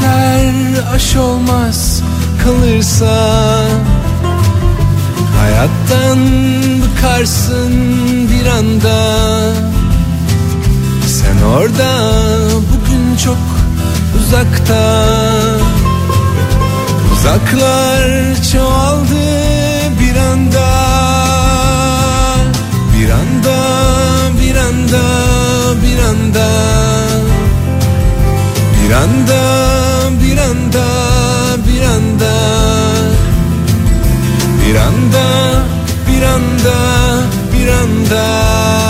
şeker aş olmaz kalırsa, hayattan bıkarsın bir anda. Sen orada, bugün çok uzakta. Uzaklar çoğaldı bir anda. Bir anda, bir anda, bir anda. Bir anda, bir anda, bir anda. Bir anda, bir anda, bir anda.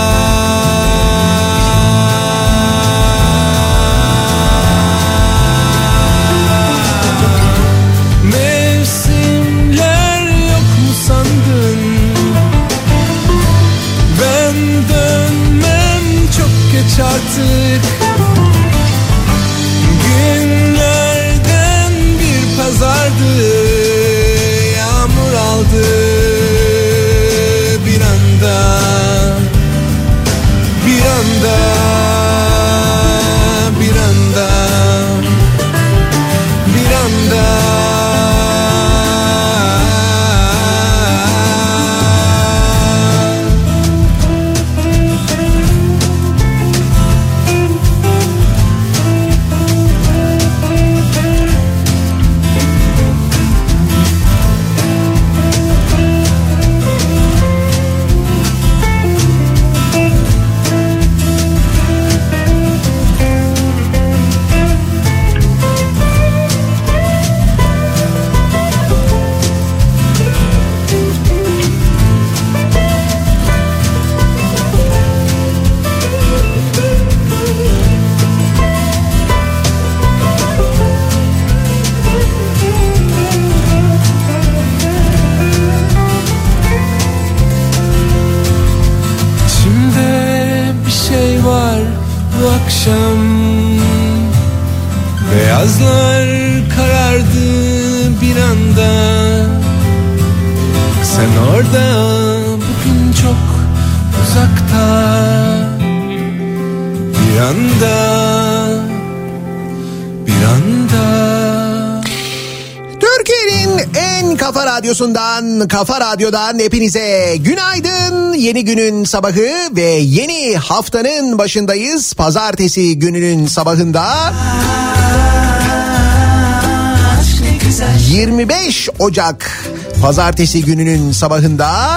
Mevsimler yok mu sandın? Ben dönmem çok geç artık. Günlerden bir pazardı, yağmur aldı bir anda, bir anda, bir anda, bir anda. Akşam beyazlar karardı bir anda. Sen orada, bugün çok uzakta. Bir anda, bir anda. Türkiye'nin en kafa radyosundan, Kafa Radyo'dan hepinize günaydın. Yeni günün sabahı ve yeni haftanın başındayız. Pazartesi gününün sabahında 25 Ocak Pazartesi gününün sabahında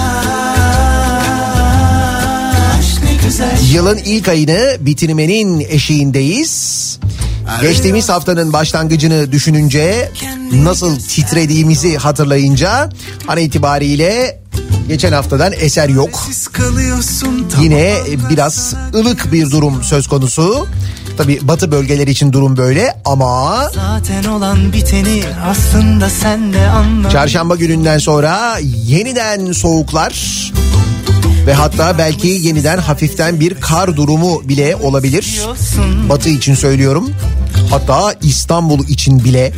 yılın ilk ayını bitirmenin eşiğindeyiz. Geçtiğimiz haftanın başlangıcını düşününce, nasıl titrediğimizi hatırlayınca an itibariyle geçen haftadan eser yok. Yine biraz ılık bir durum söz konusu. Tabii batı bölgeleri için durum böyle ama zaten olan biteni aslında sen de anla. Çarşamba gününden sonra yeniden soğuklar ve hatta belki yeniden hafiften bir kar durumu bile olabilir. Batı için söylüyorum. Hatta İstanbul için bile.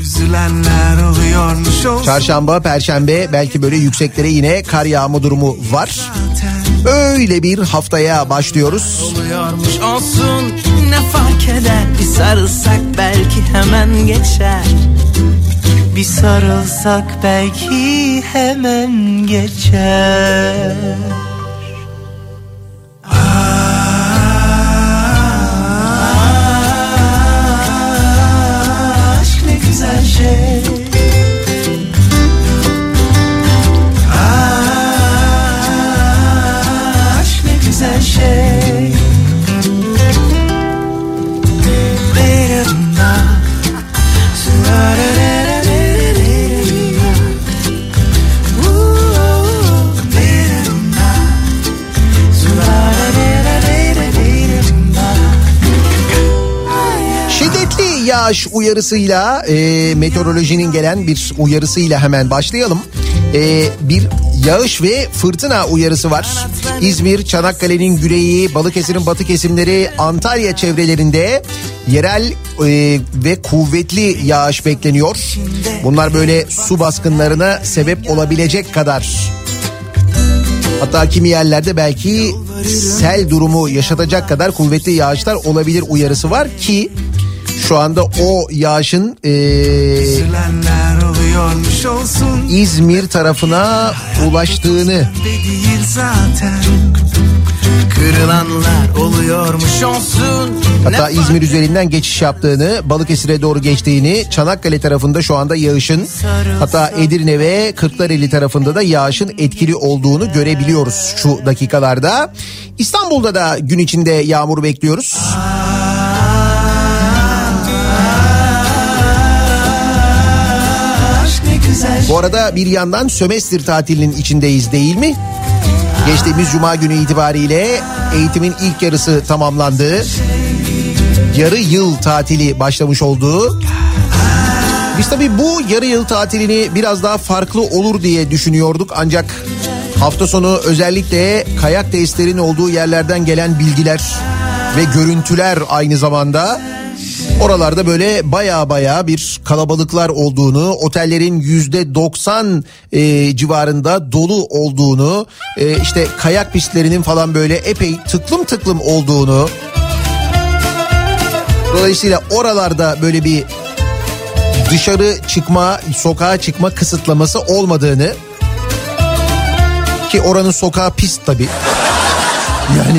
Çarşamba, Perşembe belki böyle yükseklere yine kar yağma durumu var. Öyle bir haftaya başlıyoruz. Olsun, ne fark eder, bir sarılsak belki hemen geçer. Bir sarılsak belki hemen geçer. Şey. Aşk ne güzel şey. Yağış uyarısıyla meteorolojinin gelen bir uyarısıyla hemen başlayalım. Bir yağış ve fırtına uyarısı var. İzmir, Çanakkale'nin güneyi, Balıkesir'in batı kesimleri, Antalya çevrelerinde yerel ve kuvvetli yağış bekleniyor. Bunlar böyle su baskınlarına sebep olabilecek kadar. Hatta kimi yerlerde belki sel durumu yaşatacak kadar kuvvetli yağışlar olabilir uyarısı var ki Şu anda o yağışın İzmir tarafına ulaştığını. Kırılanlar oluyormuş olsun. Hatta İzmir üzerinden geçiş yaptığını, Balıkesir'e doğru geçtiğini, Çanakkale tarafında şu anda yağışın, hatta Edirne ve Kırklareli tarafında da yağışın etkili olduğunu görebiliyoruz şu dakikalarda. İstanbul'da da gün içinde yağmur bekliyoruz. Bu arada bir yandan sömestr tatilinin içindeyiz değil mi? Geçtiğimiz cuma günü itibariyle eğitimin ilk yarısı tamamlandı. Yarı yıl tatili başlamış oldu. Biz tabii bu yarı yıl tatilini biraz daha farklı olur diye düşünüyorduk. Ancak hafta sonu özellikle kayak tesislerinin olduğu yerlerden gelen bilgiler ve görüntüler aynı zamanda oralarda böyle baya bir kalabalıklar olduğunu, otellerin %90 civarında dolu olduğunu, işte kayak pistlerinin falan böyle epey tıklım olduğunu. Dolayısıyla oralarda böyle bir dışarı çıkma, sokağa çıkma kısıtlaması olmadığını, ki oranın sokağı pist tabii. Yani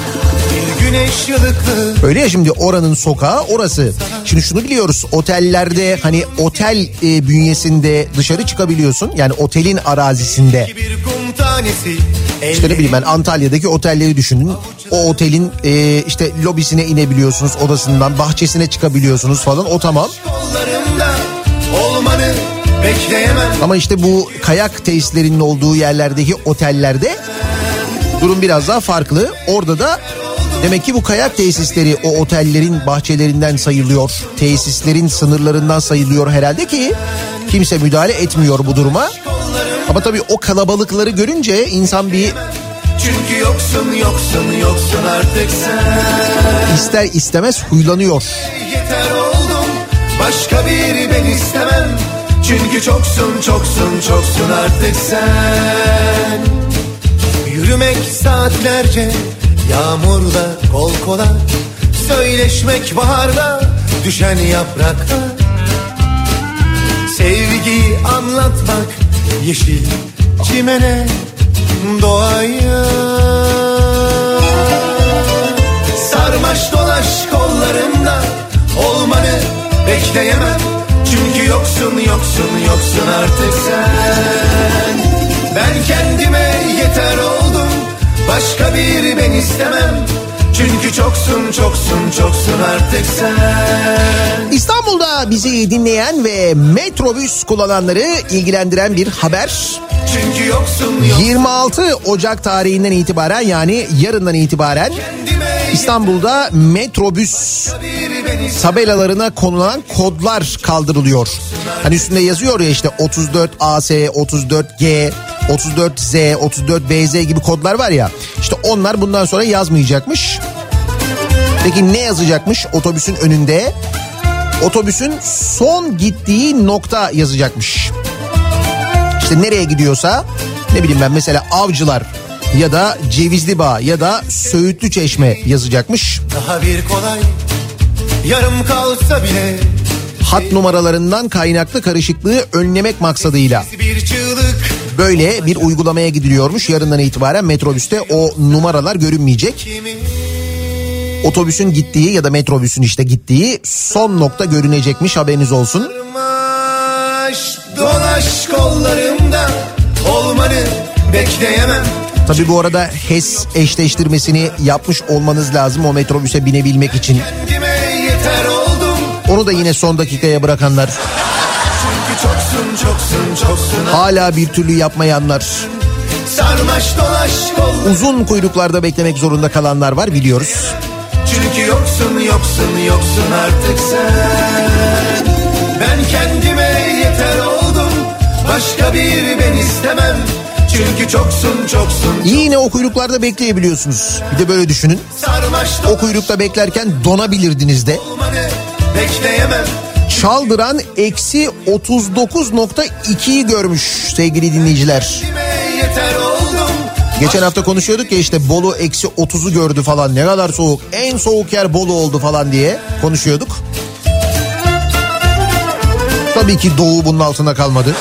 öyle ya, şimdi oranın sokağı orası. Şimdi şunu biliyoruz, otellerde hani otel bünyesinde dışarı çıkabiliyorsun. Yani otelin arazisinde. İşte ne bileyim ben, Antalya'daki otelleri düşünün. O otelin işte lobisine inebiliyorsunuz, odasından bahçesine çıkabiliyorsunuz falan, o tamam. Ama işte bu kayak tesislerinin olduğu yerlerdeki otellerde durum biraz daha farklı. Orada da demek ki bu kayak tesisleri o otellerin bahçelerinden sayılıyor. Tesislerin sınırlarından sayılıyor herhalde ki kimse müdahale etmiyor bu duruma. Ama tabii o kalabalıkları görünce insan bir... Çünkü yoksun artık sen. İster istemez huylanıyor. Yeter oldum, başka biri ben istemem. Çünkü çoksun artık sen. Yürümek saatlerce yağmurda kol kola, söyleşmek baharda düşen yaprakta, sevgiyi anlatmak yeşil çimene, doğaya. Sarmaş dolaş kollarımda, olmanı bekleyemem. Çünkü yoksun artık sen. Ben kendime yeter oldum, başka biri ben istemem. Çünkü çoksun artık sen. İstanbul'da bizi dinleyen ve metrobüs kullananları ilgilendiren bir haber. Çünkü yoksun. 26 Ocak tarihinden itibaren, yani yarından itibaren İstanbul'da metrobüs tabelalarına konulan kodlar kaldırılıyor. Hani üstünde yazıyor ya işte 34AS, 34G, 34Z, 34BZ gibi kodlar var ya. İşte onlar bundan sonra yazmayacakmış. Peki ne yazacakmış otobüsün önünde? Otobüsün son gittiği nokta yazacakmış. İşte nereye gidiyorsa, ne bileyim ben, mesela Avcılar ya da Cevizlibağ ya da Söğütlü Çeşme yazacakmış. Daha bir kolay, yarım kalsa bile. Hat numaralarından kaynaklı karışıklığı önlemek maksadıyla böyle bir uygulamaya gidiliyormuş. Yarından itibaren metrobüste o numaralar görünmeyecek. Otobüsün gittiği ya da metrobüsün işte gittiği son nokta görünecekmiş, haberiniz olsun. Dolaş kollarımda, olmanı bekleyemem. Tabii bu arada HES eşleştirmesini yapmış olmanız lazım o metrobüse binebilmek için. Onu da yine son dakikaya bırakanlar. Çoksun. Hala bir türlü yapmayanlar. Sarmaş dolaş kollarımda. Uzun kuyruklarda beklemek zorunda kalanlar var, biliyoruz. Çünkü yoksun artık sen. Ben kendime yeter oldum, başka biri ben istemem. Çünkü çoksun. Yine o kuyruklarda bekleyebiliyorsunuz. Bir de böyle düşünün. O kuyrukta beklerken donabilirdiniz de. Bekleyemem. Çaldıran eksi 39.2'yi görmüş sevgili dinleyiciler. Geçen hafta konuşuyorduk ya işte Bolu eksi 30'u gördü falan, ne kadar soğuk, en soğuk yer Bolu oldu falan diye konuşuyorduk. Tabii ki Doğu bunun altında kalmadı.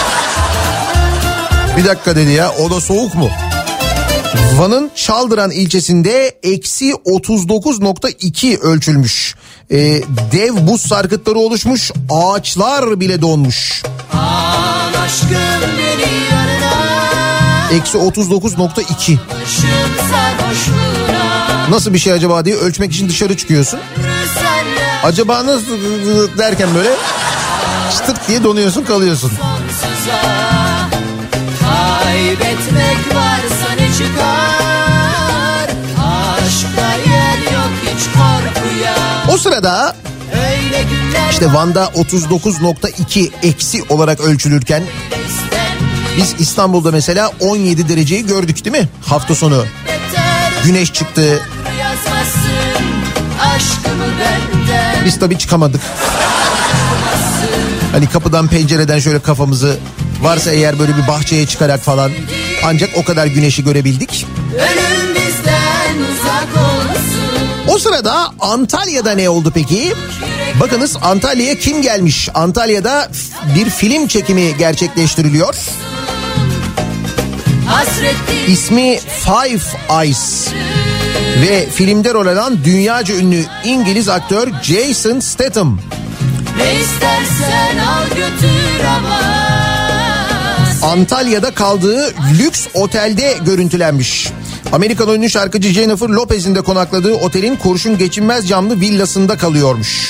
Bir dakika dedi ya, o da soğuk mu? Van'ın Çaldıran ilçesinde eksi 39.2 ölçülmüş. Dev buz sarkıtları oluşmuş, ağaçlar bile donmuş. Eksi 39.2. Nasıl bir şey acaba diye ölçmek için dışarı çıkıyorsun. Acaba nasıl derken böyle çıtırt diye donuyorsun, kalıyorsun. Kaybetmek varsa ne çıkar? Aşkta yer yok hiç korkuya. O sırada işte Van'da 39.2 eksi olarak ölçülürken biz İstanbul'da mesela 17 dereceyi gördük değil mi? Hafta sonu güneş çıktı. Biz tabii çıkamadık. Hani kapıdan pencereden şöyle kafamızı, varsa eğer böyle bir bahçeye çıkarak falan, ancak o kadar güneşi görebildik. O sırada Antalya'da ne oldu peki? Bakınız Antalya'ya kim gelmiş? Antalya'da bir film çekimi gerçekleştiriliyor. İsmi Five Eyes ve filmde rol alan dünyaca ünlü İngiliz aktör Jason Statham. Ne istersen al götür ama. Antalya'da kaldığı lüks otelde görüntülenmiş. Amerikan ünlü şarkıcı Jennifer Lopez'in de konakladığı otelin kurşun geçirmez camlı villasında kalıyormuş.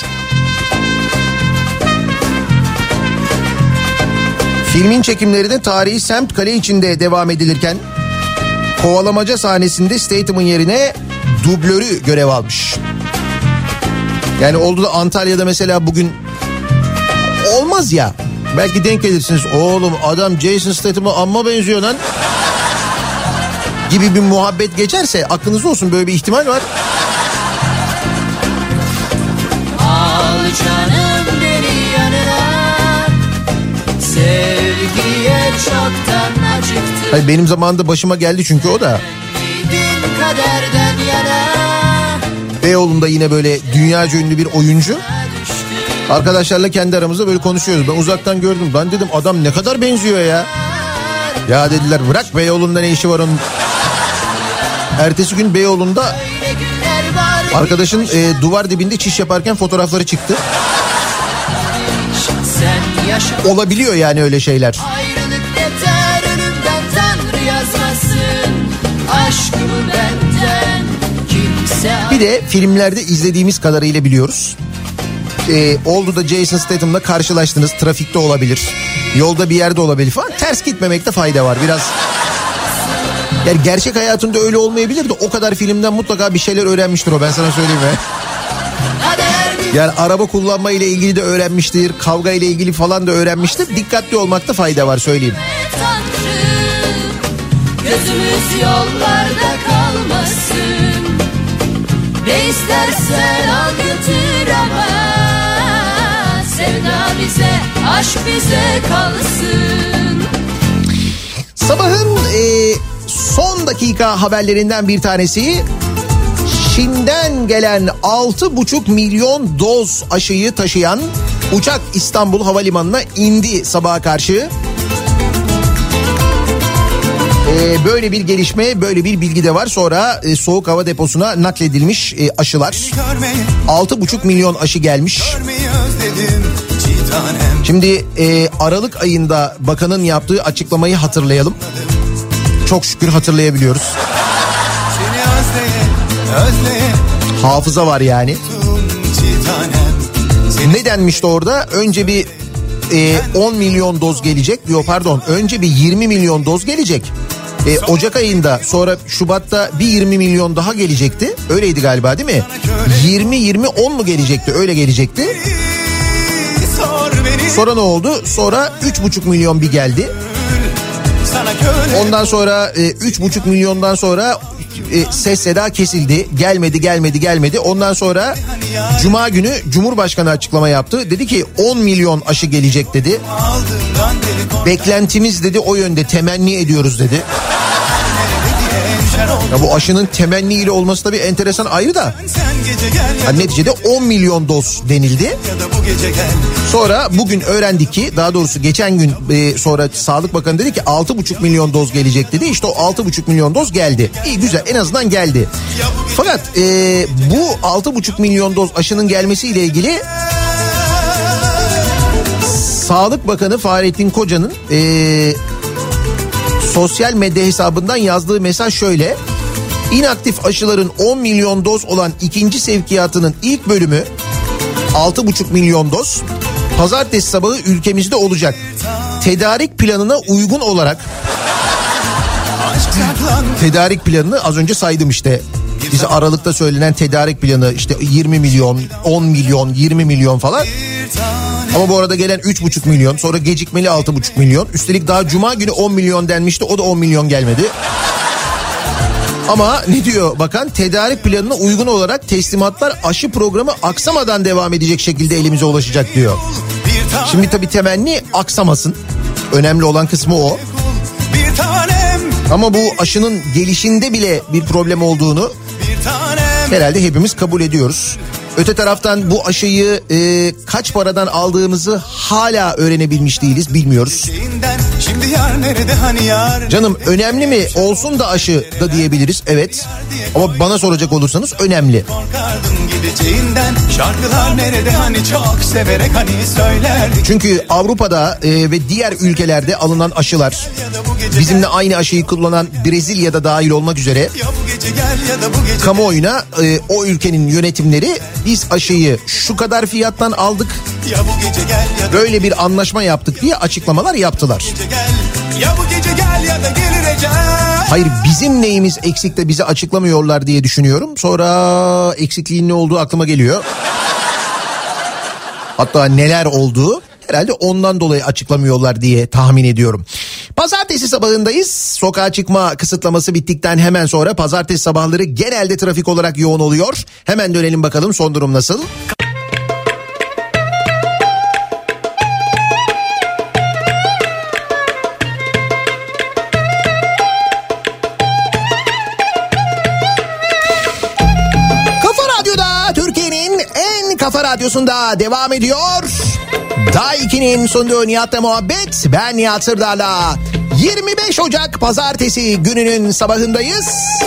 Filmin çekimleri de tarihi semt kale içinde devam edilirken kovalamaca sahnesinde Statham'ın yerine dublörü görev almış. Yani oldu da Antalya'da mesela bugün olmaz ya. Belki denk gelirsiniz. Oğlum adam Jason Statham'a amma benziyor lan gibi bir muhabbet geçerse aklınızda olsun, böyle bir ihtimal var. Al canım beni yanına, sevgiye çoktan acıktım. Hayır, benim zamanında başıma geldi çünkü o da. Kaderden yana. Beyoğlu'nda yine böyle dünyaca ünlü bir oyuncu. Arkadaşlarla kendi aramızda böyle konuşuyoruz. Ben uzaktan gördüm. Ben dedim adam ne kadar benziyor ya. Ya dediler bırak, Beyoğlu'nda ne işi var onun. Ertesi gün Beyoğlu'nda arkadaşın duvar dibinde çiş yaparken fotoğrafları çıktı. Olabiliyor yani öyle şeyler. Ayrılık yeter, önümden Tanrı yazmasın. Aşkımı benden kimse. Bir de filmlerde izlediğimiz kadarıyla biliyoruz. Oldu da Jason Statham'la karşılaştınız. Trafikte olabilir, yolda bir yerde olabilir falan. Ters gitmemekte fayda var biraz. Yani gerçek hayatında öyle olmayabilir de o kadar filmden mutlaka bir şeyler öğrenmiştir o, ben sana söyleyeyim ya. Yani araba kullanma ile ilgili de öğrenmiştir, kavga ile ilgili falan da öğrenmiştir. Dikkatli olmakta fayda var, söyleyeyim. Tanrım, gözümüz yollarda kalmasın. Ne istersen al götür ama sevda bize, aşk bize kalsın. Sabahın son dakika haberlerinden bir tanesi. Çin'den gelen 6,5 milyon doz aşıyı taşıyan uçak İstanbul Havalimanı'na indi sabaha karşı. Böyle bir gelişme, böyle bir bilgi de var. Sonra soğuk hava deposuna nakledilmiş aşılar. 6,5 milyon aşı gelmiş. Şimdi Aralık ayında bakanın yaptığı açıklamayı hatırlayalım. Çok şükür hatırlayabiliyoruz. Hafıza var yani. Ne denmişti orada? Önce bir 10 milyon doz gelecek. Yok pardon, önce bir 20 milyon doz gelecek. Ocak ayında, sonra Şubat'ta bir 20 milyon daha gelecekti. Öyleydi galiba değil mi? 20-20-10 mu gelecekti? Öyle gelecekti. Sonra ne oldu? Sonra 3,5 milyon bir geldi. Ondan sonra 3,5 milyondan sonra ses seda kesildi. Gelmedi. Ondan sonra Cuma günü Cumhurbaşkanı açıklama yaptı. Dedi ki 10 milyon aşı gelecek dedi. Beklentimiz dedi o yönde, temenni ediyoruz dedi. Ya bu aşının temenniyle olması da bir enteresan ayrı da. Yani neticede 10 milyon doz denildi. Sonra bugün öğrendik ki, daha doğrusu geçen gün sonra Sağlık Bakanı dedi ki 6,5 milyon doz gelecek dedi. İşte o 6,5 milyon doz geldi. İyi, güzel, en azından geldi. Fakat bu 6,5 milyon doz aşının gelmesiyle ilgili Sağlık Bakanı Fahrettin Koca'nın sosyal medya hesabından yazdığı mesaj şöyle: İnaktif aşıların 10 milyon doz olan ikinci sevkiyatının ilk bölümü 6,5 milyon doz pazartesi sabahı ülkemizde olacak. Tedarik planına uygun olarak, tedarik planını az önce saydım işte. Bize Aralık'ta söylenen tedarik planı işte 20 milyon, 10 milyon, 20 milyon falan. Ama bu arada gelen 3,5 milyon, sonra gecikmeli 6,5 milyon. Üstelik daha cuma günü 10 milyon denmişti, o da 10 milyon gelmedi. Ama ne diyor bakan? Tedarik planına uygun olarak teslimatlar aşı programı aksamadan devam edecek şekilde elimize ulaşacak diyor. Şimdi tabii temenni aksamasın. Önemli olan kısmı o. Ama bu aşının gelişinde bile bir problem olduğunu herhalde hepimiz kabul ediyoruz. Öte taraftan bu aşıyı kaç paradan aldığımızı hala öğrenebilmiş değiliz, bilmiyoruz. Canım önemli mi? Olsun da aşı da diyebiliriz, evet. Ama bana soracak olursanız önemli. Çünkü Avrupa'da ve diğer ülkelerde alınan aşılar, bizimle aynı aşıyı kullanan Brezilya'da dahil olmak üzere kamuoyuna o ülkenin yönetimleri biz aşıyı şu kadar fiyattan aldık, böyle bir anlaşma yaptık diye açıklamalar yaptılar. Hayır, bizim neyimiz eksik de bize açıklamıyorlar diye düşünüyorum. Sonra eksikliğin ne olduğu aklıma geliyor. Hatta neler olduğu, herhalde ondan dolayı açıklamıyorlar diye tahmin ediyorum. Pazartesi sabahındayız. Sokağa çıkma kısıtlaması bittikten hemen sonra pazartesi sabahları genelde trafik olarak yoğun oluyor. Hemen dönelim bakalım son durum nasıl? Kafa Radyosu'nda devam ediyor. Daiki'nin sunduğu Nihat'la muhabbet. Ben Nihat Sırdar'la 25 Ocak Pazartesi gününün sabahındayız.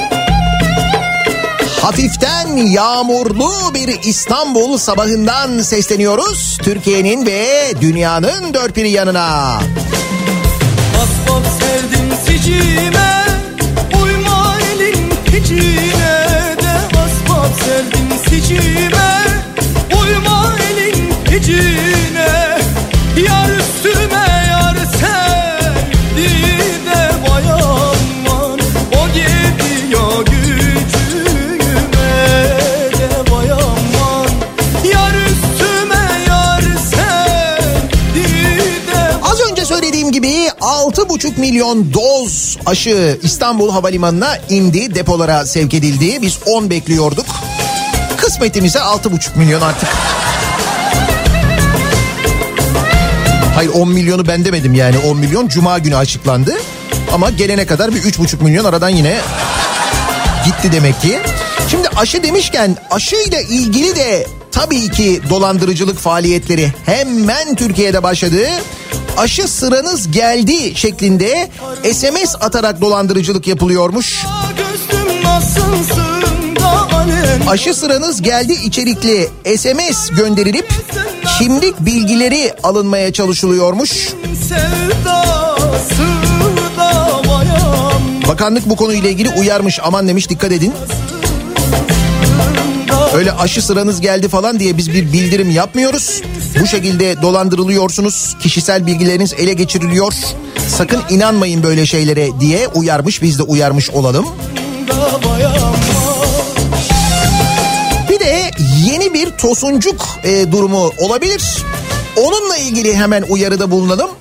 Hafiften yağmurlu bir İstanbul sabahından sesleniyoruz. Türkiye'nin ve dünyanın dört bir yanına. Asfalt sevdim sicime, uyma elin hicine de. Asfalt sevdim sicime, uyma elin hicine. Yar üstüme yar sevdi de bayanman, o gidiyor gücüme de bayanman. Yar üstüme yar sevdi de. Az önce söylediğim gibi 6,5 milyon doz aşı İstanbul Havalimanı'na indi, depolara sevk edildi. Biz 10 bekliyorduk. Kısmetimize 6,5 milyon artık. Hayır, 10 milyonu ben demedim yani, 10 milyon cuma günü açıklandı. Ama gelene kadar bir 3,5 milyon aradan yine gitti demek ki. Şimdi aşı demişken aşıyla ilgili de tabii ki dolandırıcılık faaliyetleri hemen Türkiye'de başladı. Aşı sıranız geldi şeklinde SMS atarak dolandırıcılık yapılıyormuş. Aşı sıranız geldi içerikli SMS gönderilip kimlik bilgileri alınmaya çalışılıyormuş. Bakanlık bu konuyla ilgili uyarmış, aman demiş, dikkat edin. Öyle aşı sıranız geldi falan diye biz bir bildirim yapmıyoruz. Bu şekilde dolandırılıyorsunuz, kişisel bilgileriniz ele geçiriliyor. Sakın inanmayın böyle şeylere diye uyarmış, biz de uyarmış olalım. Bir de yeni bir tosuncuk durumu olabilir. Onunla ilgili hemen uyarıda bulunalım.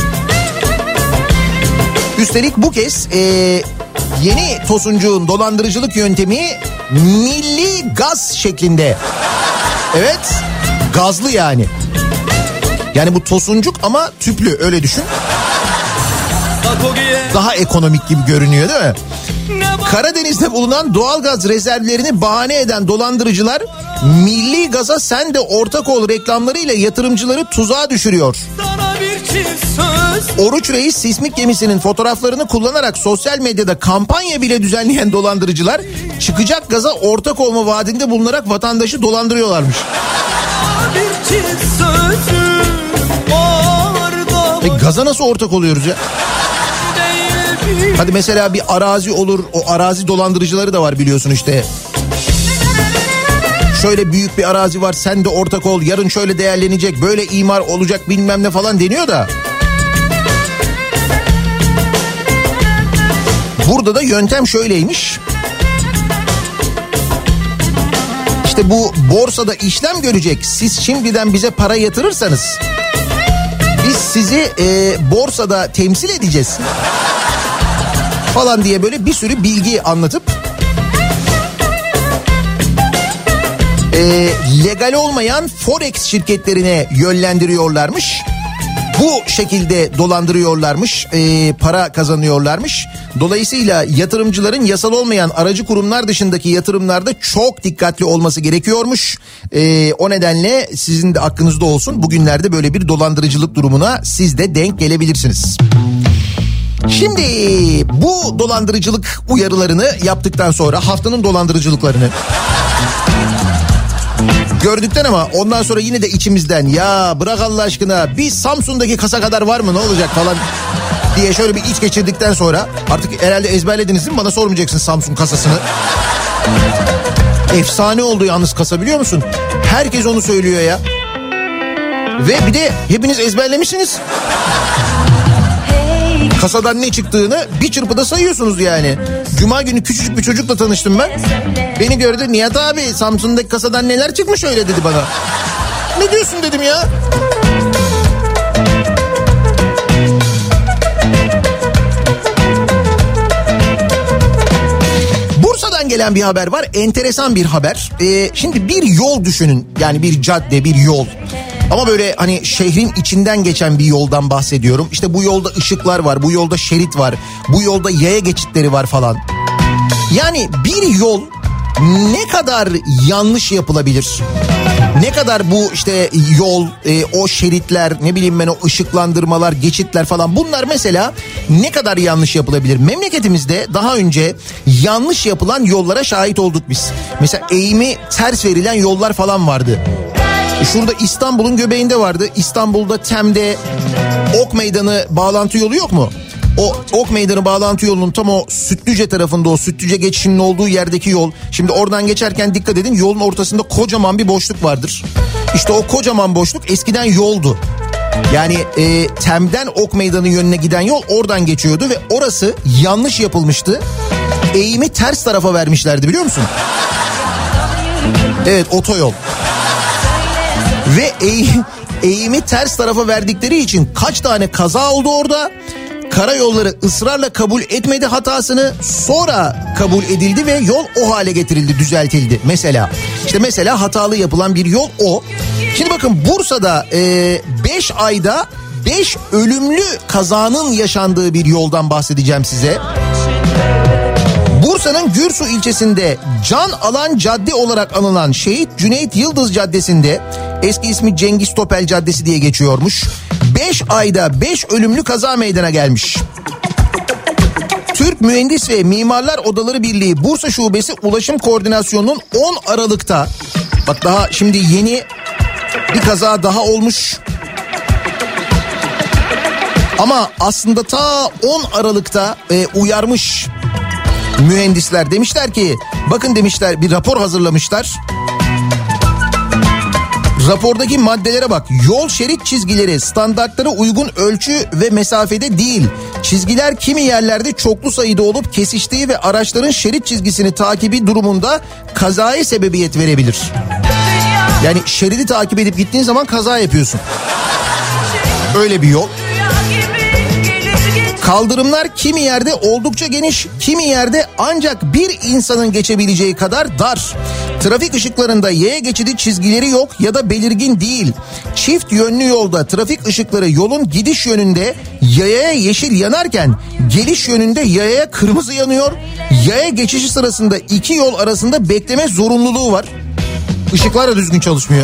Üstelik bu kez yeni tosuncuğun dolandırıcılık yöntemi milli gaz şeklinde. Evet, gazlı yani. Yani bu tosuncuk ama tüplü, öyle düşün. Daha ekonomik gibi görünüyor değil mi? Karadeniz'de bulunan doğalgaz rezervlerini bahane eden dolandırıcılar milli gaza sen de ortak ol reklamlarıyla yatırımcıları tuzağa düşürüyor. Oruç Reis sismik gemisinin fotoğraflarını kullanarak sosyal medyada kampanya bile düzenleyen dolandırıcılar çıkacak gaza ortak olma vaadinde bulunarak vatandaşı dolandırıyorlarmış. Gaza nasıl ortak oluyoruz ya? Hadi mesela bir arazi olur, o arazi dolandırıcıları da var biliyorsun işte. Şöyle büyük bir arazi var, sen de ortak ol, yarın şöyle değerlenecek, böyle imar olacak bilmem ne falan deniyor da. Burada da yöntem şöyleymiş. İşte bu borsada işlem görecek, siz şimdiden bize para yatırırsanız biz sizi borsada temsil edeceğiz falan diye böyle bir sürü bilgi anlatıp legal olmayan forex şirketlerine yönlendiriyorlarmış. Bu şekilde dolandırıyorlarmış, para kazanıyorlarmış. Dolayısıyla yatırımcıların yasal olmayan aracı kurumlar dışındaki yatırımlarda çok dikkatli olması gerekiyormuş. O nedenle sizin de aklınızda olsun, bugünlerde böyle bir dolandırıcılık durumuna siz de denk gelebilirsiniz. Şimdi bu dolandırıcılık uyarılarını yaptıktan sonra haftanın dolandırıcılıklarını gördükten ama ondan sonra yine de içimizden ya bırak Allah aşkına bir Samsun'daki kasa kadar var mı ne olacak falan diye şöyle bir iç geçirdikten sonra artık herhalde ezberlediniz değil mi? Bana sormayacaksın Samsun kasasını. Efsane oldu yalnız kasa, biliyor musun? Herkes onu söylüyor ya. Ve bir de hepiniz ezberlemişsiniz. Kasadan ne çıktığını bir çırpıda sayıyorsunuz yani. Cuma günü küçücük bir çocukla tanıştım ben. Beni gördü, Nihat abi Samsun'daki kasadan neler çıkmış öyle dedi bana. Ne diyorsun dedim ya. Bursa'dan gelen bir haber var, enteresan bir haber. Şimdi bir yol düşünün, yani bir cadde, bir yol. Ama böyle hani şehrin içinden geçen bir yoldan bahsediyorum. İşte bu yolda ışıklar var, bu yolda şerit var, bu yolda yaya geçitleri var falan. Yani bir yol ne kadar yanlış yapılabilir? Ne kadar bu işte yol, o şeritler, ne bileyim ben o ışıklandırmalar, geçitler falan, bunlar mesela ne kadar yanlış yapılabilir? Memleketimizde daha önce yanlış yapılan yollara şahit olduk biz. Mesela eğimi ters verilen yollar falan vardı. Şurada İstanbul'un göbeğinde vardı. İstanbul'da Tem'de Ok Meydanı bağlantı yolu yok mu? O Ok Meydanı bağlantı yolunun tam o Sütlüce tarafında, o Sütlüce geçişinin olduğu yerdeki yol. Şimdi oradan geçerken dikkat edin, yolun ortasında kocaman bir boşluk vardır. İşte o kocaman boşluk eskiden yoldu. Yani Tem'den Ok Meydanı yönüne giden yol oradan geçiyordu ve orası yanlış yapılmıştı. Eğimi ters tarafa vermişlerdi, biliyor musun? Evet, otoyol. Ve eğimi ters tarafa verdikleri için kaç tane kaza oldu orada? Karayolları ısrarla kabul etmedi hatasını, sonra kabul edildi ve yol o hale getirildi, düzeltildi mesela. İşte mesela hatalı yapılan bir yol o. Şimdi bakın Bursa'da 5 ayda 5 ölümlü kazanın yaşandığı bir yoldan bahsedeceğim size. Bursa'nın Gürsu ilçesinde Can Alan Cadde olarak anılan Şehit Cüneyt Yıldız Caddesi'nde, eski ismi Cengiz Topel Caddesi diye geçiyormuş, 5 ayda 5 ölümlü kaza meydana gelmiş. Türk Mühendis ve Mimarlar Odaları Birliği Bursa Şubesi Ulaşım Koordinasyonu'nun 10 Aralık'ta, bak daha şimdi yeni bir kaza daha olmuş. Ama aslında ta 10 Aralık'ta uyarmış mühendisler, demişler ki bakın demişler, bir rapor hazırlamışlar. Rapordaki maddelere bak. Yol şerit çizgileri standartlara uygun ölçü ve mesafede değil. Çizgiler kimi yerlerde çoklu sayıda olup kesiştiği ve araçların şerit çizgisini takibi durumunda kazaya sebebiyet verebilir. Yani şeridi takip edip gittiğin zaman kaza yapıyorsun. Öyle bir yol. Kaldırımlar kimi yerde oldukça geniş, kimi yerde ancak bir insanın geçebileceği kadar dar. Trafik ışıklarında yaya geçidi çizgileri yok ya da belirgin değil. Çift yönlü yolda trafik ışıkları yolun gidiş yönünde yayaya yeşil yanarken geliş yönünde yayaya kırmızı yanıyor. Yaya geçişi sırasında iki yol arasında bekleme zorunluluğu var. Işıklar da düzgün çalışmıyor.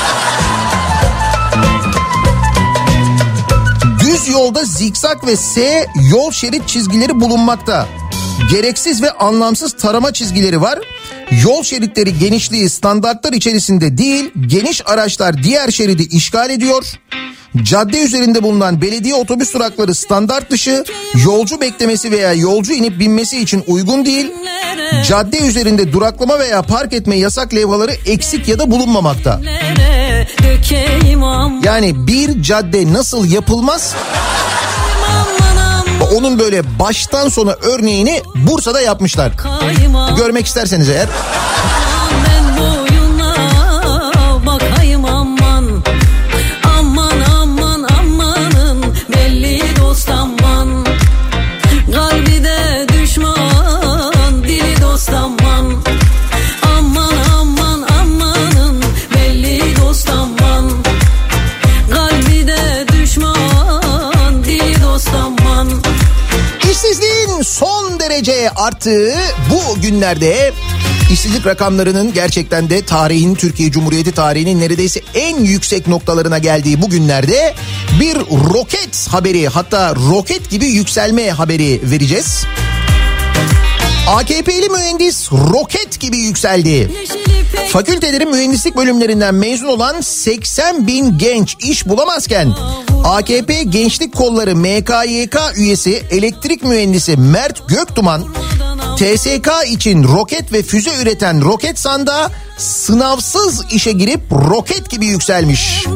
Düz yolda zikzak ve S yol şerit çizgileri bulunmakta. Gereksiz ve anlamsız tarama çizgileri var. Yol şeritleri genişliği standartlar içerisinde değil, geniş araçlar diğer şeridi işgal ediyor. Cadde üzerinde bulunan belediye otobüs durakları standart dışı, yolcu beklemesi veya yolcu inip binmesi için uygun değil. Cadde üzerinde duraklama veya park etme yasak levhaları eksik ya da bulunmamakta. Yani bir cadde nasıl yapılmaz? Onun böyle baştan sona örneğini Bursa'da yapmışlar. Görmek isterseniz eğer. İşsizliğin son derece arttığı bu günlerde işsizlik rakamlarının gerçekten de Türkiye Cumhuriyeti tarihinin neredeyse en yüksek noktalarına geldiği bu günlerde bir roket haberi, hatta roket gibi yükselme haberi vereceğiz. AKP'li mühendis roket gibi yükseldi. Fakültelerin mühendislik bölümlerinden mezun olan 80 bin genç iş bulamazken AKP Gençlik Kolları MKYK üyesi elektrik mühendisi Mert Göktuman TSK için roket ve füze üreten Roketsan'da sınavsız işe girip roket gibi yükselmiş.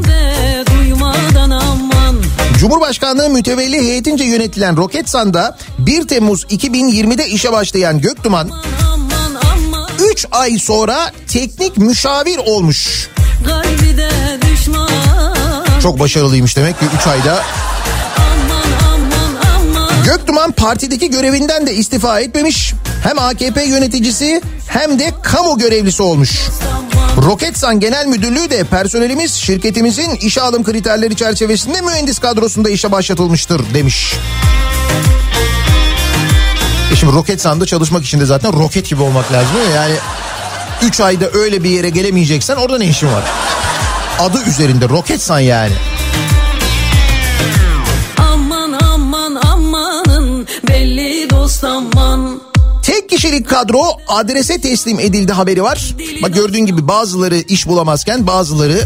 Cumhurbaşkanlığı mütevelli heyetince yönetilen Roketsan'da 1 Temmuz 2020'de işe başlayan Göktuman 3 ay sonra teknik müşavir olmuş. Çok başarılıymış demek ki 3 ayda. Göktuman partideki görevinden de istifa etmemiş. Hem AKP yöneticisi hem de kamu görevlisi olmuş. Roketsan Genel Müdürlüğü de personelimiz şirketimizin işe alım kriterleri çerçevesinde mühendis kadrosunda işe başlatılmıştır demiş. Şimdi Roketsan'da çalışmak için de zaten roket gibi olmak lazım değil mi? Yani 3 ayda öyle bir yere gelemeyeceksen orada ne işin var? Adı üzerinde Roketsan yani. Aman aman amanın belli dost aman. Tek kişilik kadro adrese teslim edildi haberi var. Bak gördüğün gibi bazıları iş bulamazken bazıları,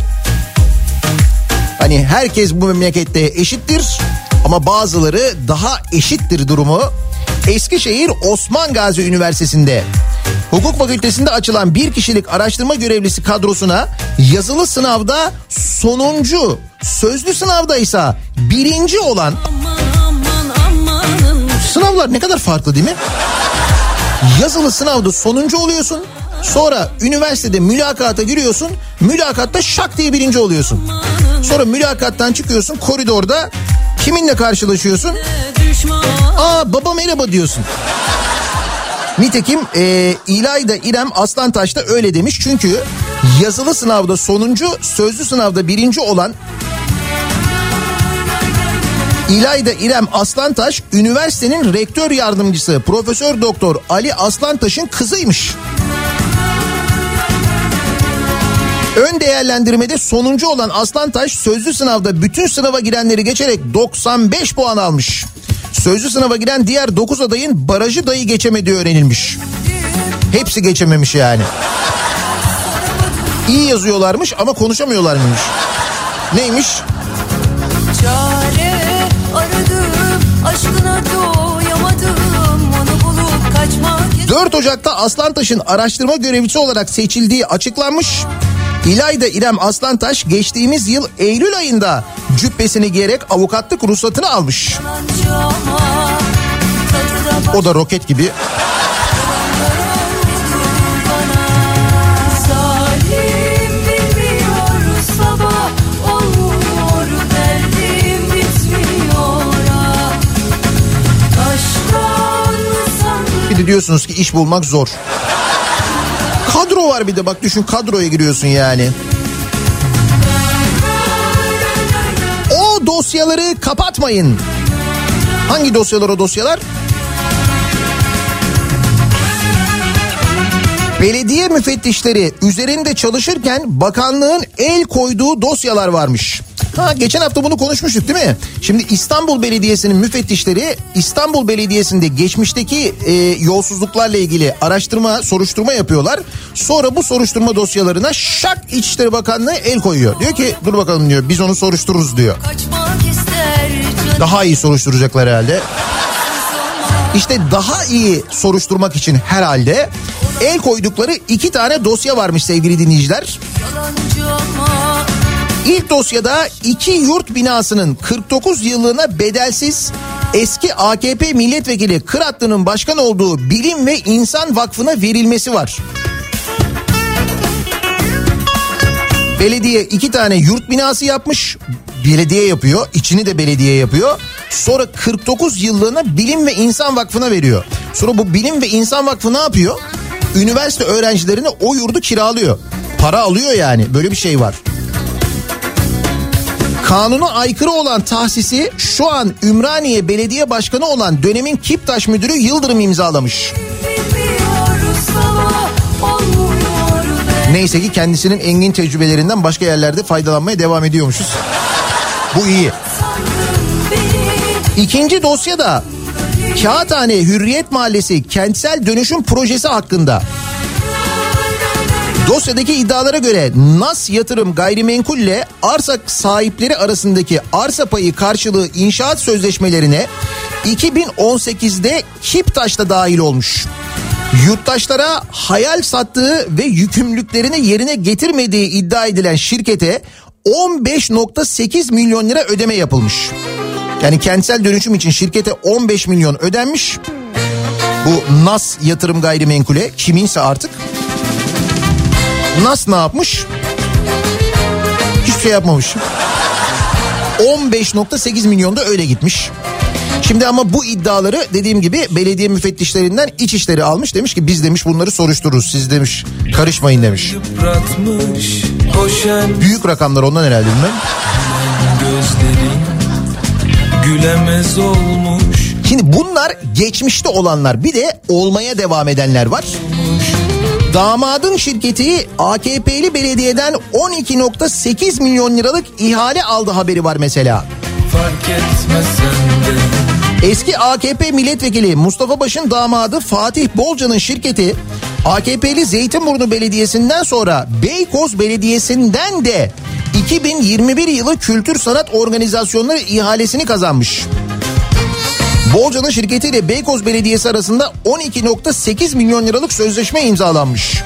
hani herkes bu memlekette eşittir ama bazıları daha eşittir durumu. Eskişehir Osman Gazi Üniversitesi'nde hukuk fakültesinde açılan bir kişilik araştırma görevlisi kadrosuna yazılı sınavda sonuncu, sözlü sınavda ise birinci olan, sınavlar ne kadar farklı değil mi? Yazılı sınavda sonuncu oluyorsun. Sonra üniversitede mülakata giriyorsun. Mülakatta şak diye birinci oluyorsun. Sonra mülakattan çıkıyorsun, koridorda kiminle karşılaşıyorsun? Aa baba merhaba diyorsun. Nitekim İlayda İrem Aslantaş da öyle demiş. Çünkü yazılı sınavda sonuncu, sözlü sınavda birinci olan İlayda İrem Aslantaş üniversitenin rektör yardımcısı Profesör Doktor Ali Aslantaş'ın kızıymış. Ön değerlendirmede sonuncu olan Aslantaş sözlü sınavda bütün sınava girenleri geçerek 95 puan almış. Sözlü sınava giren diğer 9 adayın barajı dahi geçemediği öğrenilmiş. Hepsi geçememiş yani. İyi yazıyorlarmış ama konuşamıyorlarmış. Neymiş? Çare aradım, aşkına doyamadım, onu bulup kaçmak. 4 Ocak'ta Aslantaş'ın araştırma görevlisi olarak seçildiği açıklanmış. İlayda İrem Aslantaş geçtiğimiz yıl Eylül ayında cübbesini giyerek avukatlık ruhsatını almış. O da roket gibi. Bir de diyorsunuz ki iş bulmak zor. Kadro var bir de bak düşün, kadroya giriyorsun yani. O dosyaları kapatmayın. Hangi dosyalar o dosyalar? Belediye müfettişleri üzerinde çalışırken bakanlığın el koyduğu dosyalar varmış. Geçen hafta bunu konuşmuştuk değil mi? Şimdi İstanbul Belediyesi'nin müfettişleri İstanbul Belediyesi'nde geçmişteki yolsuzluklarla ilgili soruşturma yapıyorlar. Sonra bu soruşturma dosyalarına şak İçişleri Bakanlığı el koyuyor. Diyor ki dur bakalım diyor, biz onu soruştururuz diyor. Daha iyi soruşturacaklar herhalde. İşte daha iyi soruşturmak için herhalde el koydukları 2 tane dosya varmış sevgili dinleyiciler. İlk dosyada 2 yurt binasının 49 yıllığına bedelsiz eski AKP milletvekili Kıratlı'nın başkan olduğu Bilim ve İnsan Vakfı'na verilmesi var. Belediye 2 tane yurt binası yapmış. Belediye yapıyor, içini de belediye yapıyor. Sonra 49 yıllığına Bilim ve İnsan Vakfı'na veriyor. Sonra bu Bilim ve İnsan Vakfı ne yapıyor? Üniversite öğrencilerine o yurdu kiralıyor. Para alıyor yani, böyle bir şey var. Kanuna aykırı olan tahsisi şu an Ümraniye Belediye Başkanı olan dönemin Kiptaş Müdürü Yıldırım imzalamış. Neyse ki kendisinin engin tecrübelerinden başka yerlerde faydalanmaya devam ediyormuşuz. Bu iyi. İkinci dosya da Kağıthane Hürriyet Mahallesi kentsel dönüşüm projesi hakkında. Dosyadaki iddialara göre NAS Yatırım Gayrimenkul'le arsa sahipleri arasındaki arsa payı karşılığı inşaat sözleşmelerine 2018'de Kiptaş'ta dahil olmuş. Yurttaşlara hayal sattığı ve yükümlülüklerini yerine getirmediği iddia edilen şirkete 15.8 milyon lira ödeme yapılmış. Yani kentsel dönüşüm için şirkete 15 milyon ödenmiş. Bu NAS Yatırım Gayrimenkul'e, kiminse artık. NAS ne yapmış? Hiçbir şey yapmamış. 15.8 milyon da öyle gitmiş. Şimdi ama bu iddiaları dediğim gibi belediye müfettişlerinden İçişleri almış. Demiş ki biz demiş bunları soruştururuz. Siz demiş karışmayın demiş. Büyük rakamlar ondan herhalde bilmem. Gülemez olmuş. Şimdi bunlar geçmişte olanlar, bir de olmaya devam edenler var. Damadın şirketi AKP'li belediyeden 12.8 milyon liralık ihale aldı haberi var mesela. Eski AKP milletvekili Mustafa Baş'ın damadı Fatih Bolca'nın şirketi AKP'li Zeytinburnu Belediyesi'nden sonra Beykoz Belediyesi'nden de 2021 yılı Kültür Sanat Organizasyonları ihalesini kazanmış. Bolca'nın şirketiyle Beykoz Belediyesi arasında 12.8 milyon liralık sözleşme imzalanmış.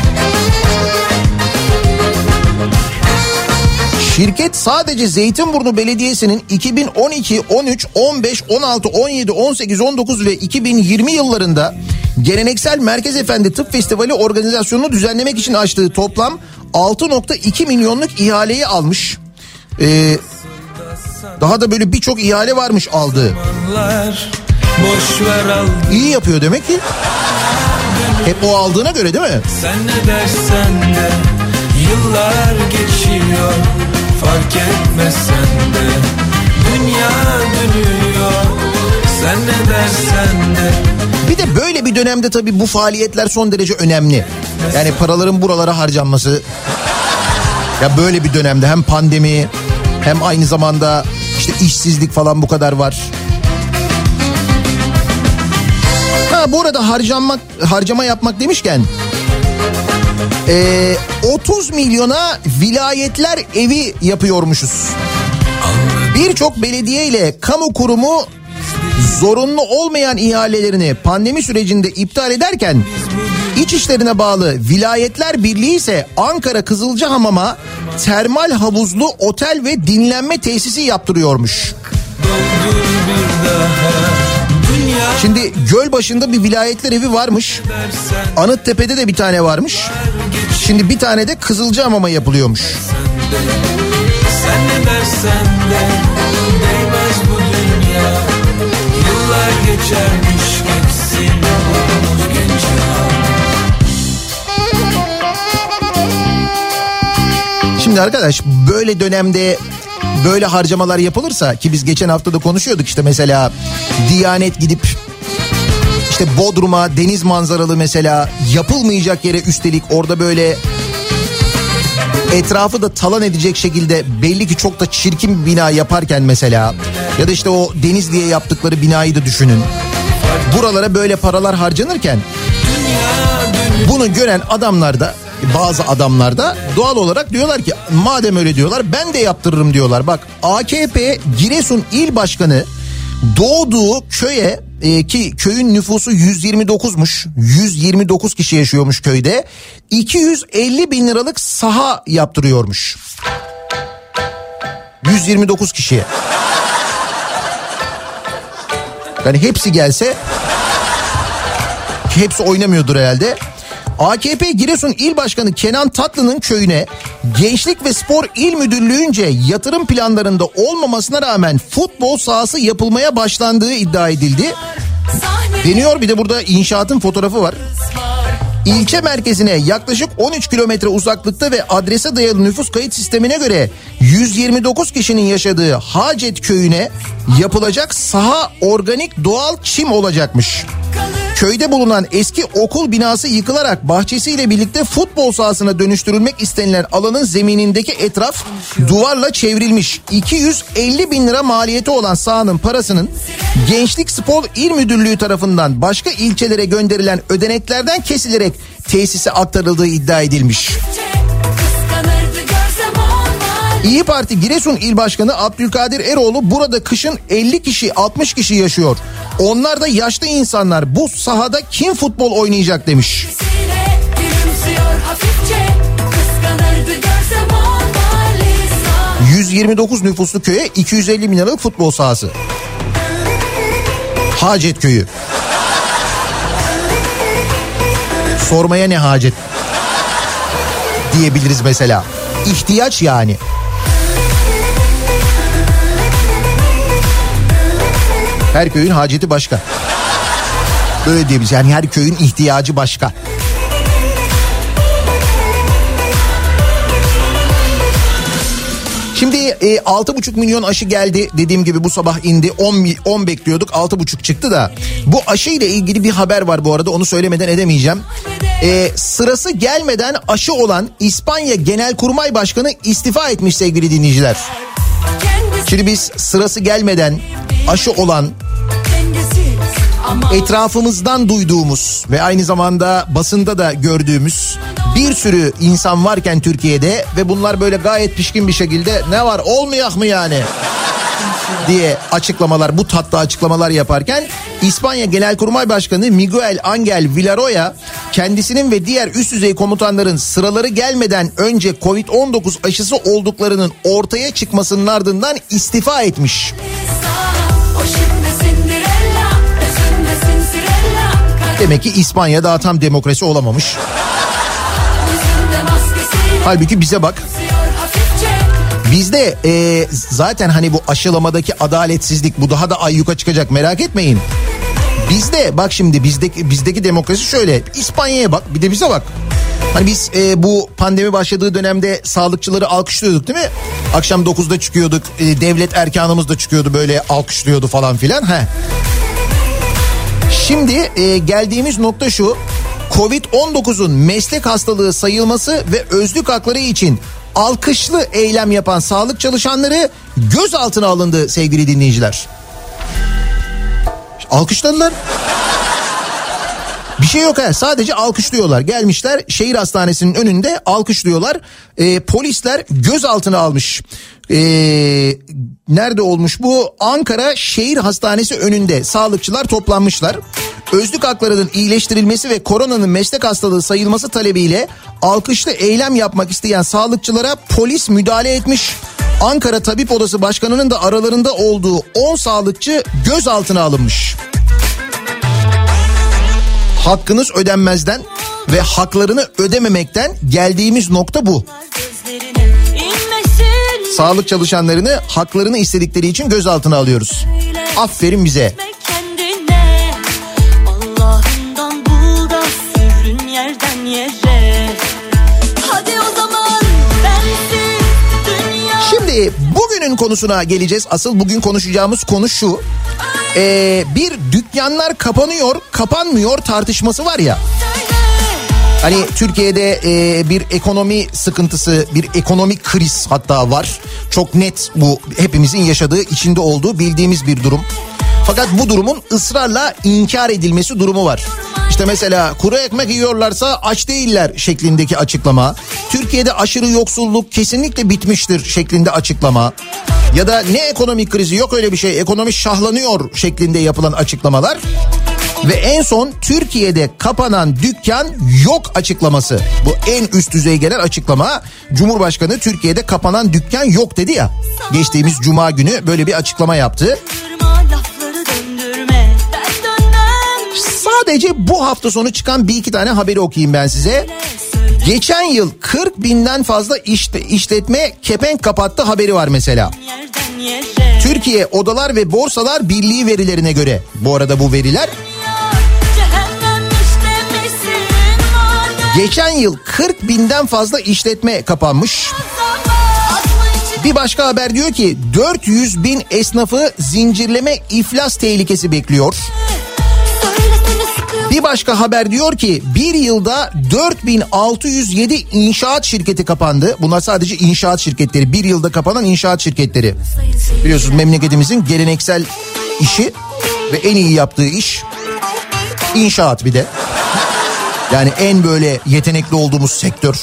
Şirket sadece Zeytinburnu Belediyesi'nin 2012, 13, 15, 16, 17, 18, 19 ve 2020 yıllarında Geleneksel Merkez Efendi Tıp Festivali organizasyonunu düzenlemek için açtığı toplam 6.2 milyonluk ihaleyi almış. Daha da böyle birçok ihale varmış aldığı. İyi yapıyor demek ki. Hep o aldığına göre değil mi? Sen ne dersen de yıllar geçiyor, fark etmesen de dünya dönüyor. Sen ne dersen de. Bir de böyle bir dönemde tabii bu faaliyetler son derece önemli. Yani paraların buralara harcanması. Ya böyle bir dönemde hem pandemi hem aynı zamanda işte işsizlik falan bu kadar var. Bu arada harcama yapmak demişken 30 milyona vilayetler evi yapıyormuşuz. Birçok belediye ile kamu kurumu zorunlu olmayan ihalelerini pandemi sürecinde iptal ederken İçişlerine bağlı Vilayetler Birliği ise Ankara Kızılcahamam'a termal havuzlu otel ve dinlenme tesisi yaptırıyormuş. Şimdi Gölbaşı'nda bir vilayetler evi varmış. Anıttepe'de de bir tane varmış. Şimdi bir tane de Kızılcahamam'a yapılıyormuş. Sen ne dersen de değmez bu dünya. Yıllar geçermiş geçsin genç. Şimdi arkadaş böyle dönemde böyle harcamalar yapılırsa, ki biz geçen hafta da konuşuyorduk işte, mesela Diyanet gidip işte Bodrum'a deniz manzaralı mesela yapılmayacak yere, üstelik orada böyle etrafı da talan edecek şekilde belli ki çok da çirkin bir bina yaparken mesela, ya da işte o Denizli'ye yaptıkları binayı da düşünün. Buralara böyle paralar harcanırken bunu gören adamlar da, bazı adamlar da doğal olarak diyorlar ki madem öyle diyorlar ben de yaptırırım diyorlar. Bak, AKP Giresun İl Başkanı doğduğu köye, ki köyün nüfusu 129'muş. 129 kişi yaşıyormuş köyde. 250 bin liralık saha yaptırıyormuş. 129 kişiye. Yani hepsi gelse, hepsi oynamıyordur herhalde. AKP Giresun İl Başkanı Kenan Tatlı'nın köyüne Gençlik ve Spor İl Müdürlüğü'nce yatırım planlarında olmamasına rağmen futbol sahası yapılmaya başlandığı iddia edildi. Deniyor, bir de burada inşaatın fotoğrafı var. İlçe merkezine yaklaşık 13 kilometre uzaklıkta ve adrese dayalı nüfus kayıt sistemine göre 129 kişinin yaşadığı Hacet köyüne yapılacak saha organik doğal çim olacakmış. Köyde bulunan eski okul binası yıkılarak bahçesiyle birlikte futbol sahasına dönüştürülmek istenilen alanın zeminindeki etraf duvarla çevrilmiş. 250 bin lira maliyeti olan sahanın parasının Gençlik Spor İl Müdürlüğü tarafından başka ilçelere gönderilen ödeneklerden kesilerek tesise aktarıldığı iddia edilmiş. İyi Parti Giresun İl Başkanı Abdülkadir Eroğlu burada kışın 50 kişi 60 kişi yaşıyor. Onlar da yaşlı insanlar, bu sahada kim futbol oynayacak demiş. 129 nüfuslu köye 250 bin liralık futbol sahası. Hacet köyü. Sormaya ne hacet diyebiliriz mesela. İhtiyaç yani. Her köyün haceti başka. Böyle diyebiliriz. Yani her köyün ihtiyacı başka. Şimdi 6,5 milyon aşı geldi. Dediğim gibi bu sabah indi. 10 bekliyorduk. 6,5 çıktı da. Bu aşı ile ilgili bir haber var bu arada. Onu söylemeden edemeyeceğim. Sırası gelmeden aşı olan İspanya Genelkurmay Başkanı istifa etmiş sevgili dinleyiciler. Şimdi biz sırası gelmeden aşı olan, etrafımızdan duyduğumuz ve aynı zamanda basında da gördüğümüz bir sürü insan varken Türkiye'de ve bunlar böyle gayet pişkin bir şekilde ne var olmayak mı yani diye açıklamalar, bu tatlı açıklamalar yaparken İspanya Genelkurmay Başkanı Miguel Angel Villarroya kendisinin ve diğer üst düzey komutanların sıraları gelmeden önce Covid-19 aşısı olduklarının ortaya çıkmasının ardından istifa etmiş. Demek ki İspanya daha tam demokrasi olamamış. Halbuki bize bak. Bizde zaten hani bu aşılamadaki adaletsizlik, bu daha da ayyuka çıkacak, merak etmeyin. Bizde bak şimdi bizdeki demokrasi şöyle. İspanya'ya bak, bir de bize bak. Hani biz bu pandemi başladığı dönemde sağlıkçıları alkışlıyorduk değil mi? Akşam 9'da çıkıyorduk, devlet erkanımız da çıkıyordu böyle alkışlıyordu falan filan. Şimdi geldiğimiz nokta şu: Covid-19'un meslek hastalığı sayılması ve özlük hakları için alkışlı eylem yapan sağlık çalışanları gözaltına alındı sevgili dinleyiciler. Alkışladılar. Bir şey yok sadece alkışlıyorlar. Gelmişler şehir hastanesinin önünde alkışlıyorlar. Polisler gözaltına almış. Nerede olmuş bu? Ankara Şehir Hastanesi önünde sağlıkçılar toplanmışlar. Özlük haklarının iyileştirilmesi ve koronanın meslek hastalığı sayılması talebiyle alkışlı eylem yapmak isteyen sağlıkçılara polis müdahale etmiş. Ankara Tabip Odası Başkanı'nın da aralarında olduğu 10 sağlıkçı gözaltına alınmış. Hakkınız ödenmezden ve haklarını ödememekten geldiğimiz nokta bu. Sağlık çalışanlarını haklarını istedikleri için gözaltına alıyoruz. Aferin bize. Allah'ından bul da sürün yerden yere. Hadi o zaman bensiz Şimdi bugünün konusuna geleceğiz. Asıl bugün konuşacağımız konu şu. Bir dükkanlar kapanıyor, kapanmıyor tartışması var ya. Hani Türkiye'de bir ekonomi sıkıntısı, bir ekonomik kriz hatta var. Çok net, bu hepimizin yaşadığı, içinde olduğu, bildiğimiz bir durum. Fakat bu durumun ısrarla inkar edilmesi durumu var. İşte mesela kuru ekmek yiyorlarsa aç değiller şeklindeki açıklama. Türkiye'de aşırı yoksulluk kesinlikle bitmiştir şeklinde açıklama. Ya da ne ekonomik krizi, yok öyle bir şey, ekonomi şahlanıyor şeklinde yapılan açıklamalar. Ve en son Türkiye'de kapanan dükkan yok açıklaması. Bu en üst düzey gelen açıklama. Cumhurbaşkanı Türkiye'de kapanan dükkan yok dedi ya. Geçtiğimiz Cuma günü böyle bir açıklama yaptı. Sadece bu hafta sonu çıkan bir iki tane haberi okuyayım ben size. Geçen yıl 40 binden fazla işletme kepenk kapattı haberi var mesela. Türkiye Odalar ve Borsalar Birliği verilerine göre, bu arada bu veriler, geçen yıl 40 binden fazla işletme kapanmış. Bir başka haber diyor ki 400 bin esnafı zincirleme iflas tehlikesi bekliyor. Bir başka haber diyor ki bir yılda 4607 inşaat şirketi kapandı. Bunlar sadece inşaat şirketleri. Bir yılda kapanan inşaat şirketleri. Biliyorsunuz memleketimizin geleneksel işi ve en iyi yaptığı iş inşaat bir de. Yani en böyle yetenekli olduğumuz sektör.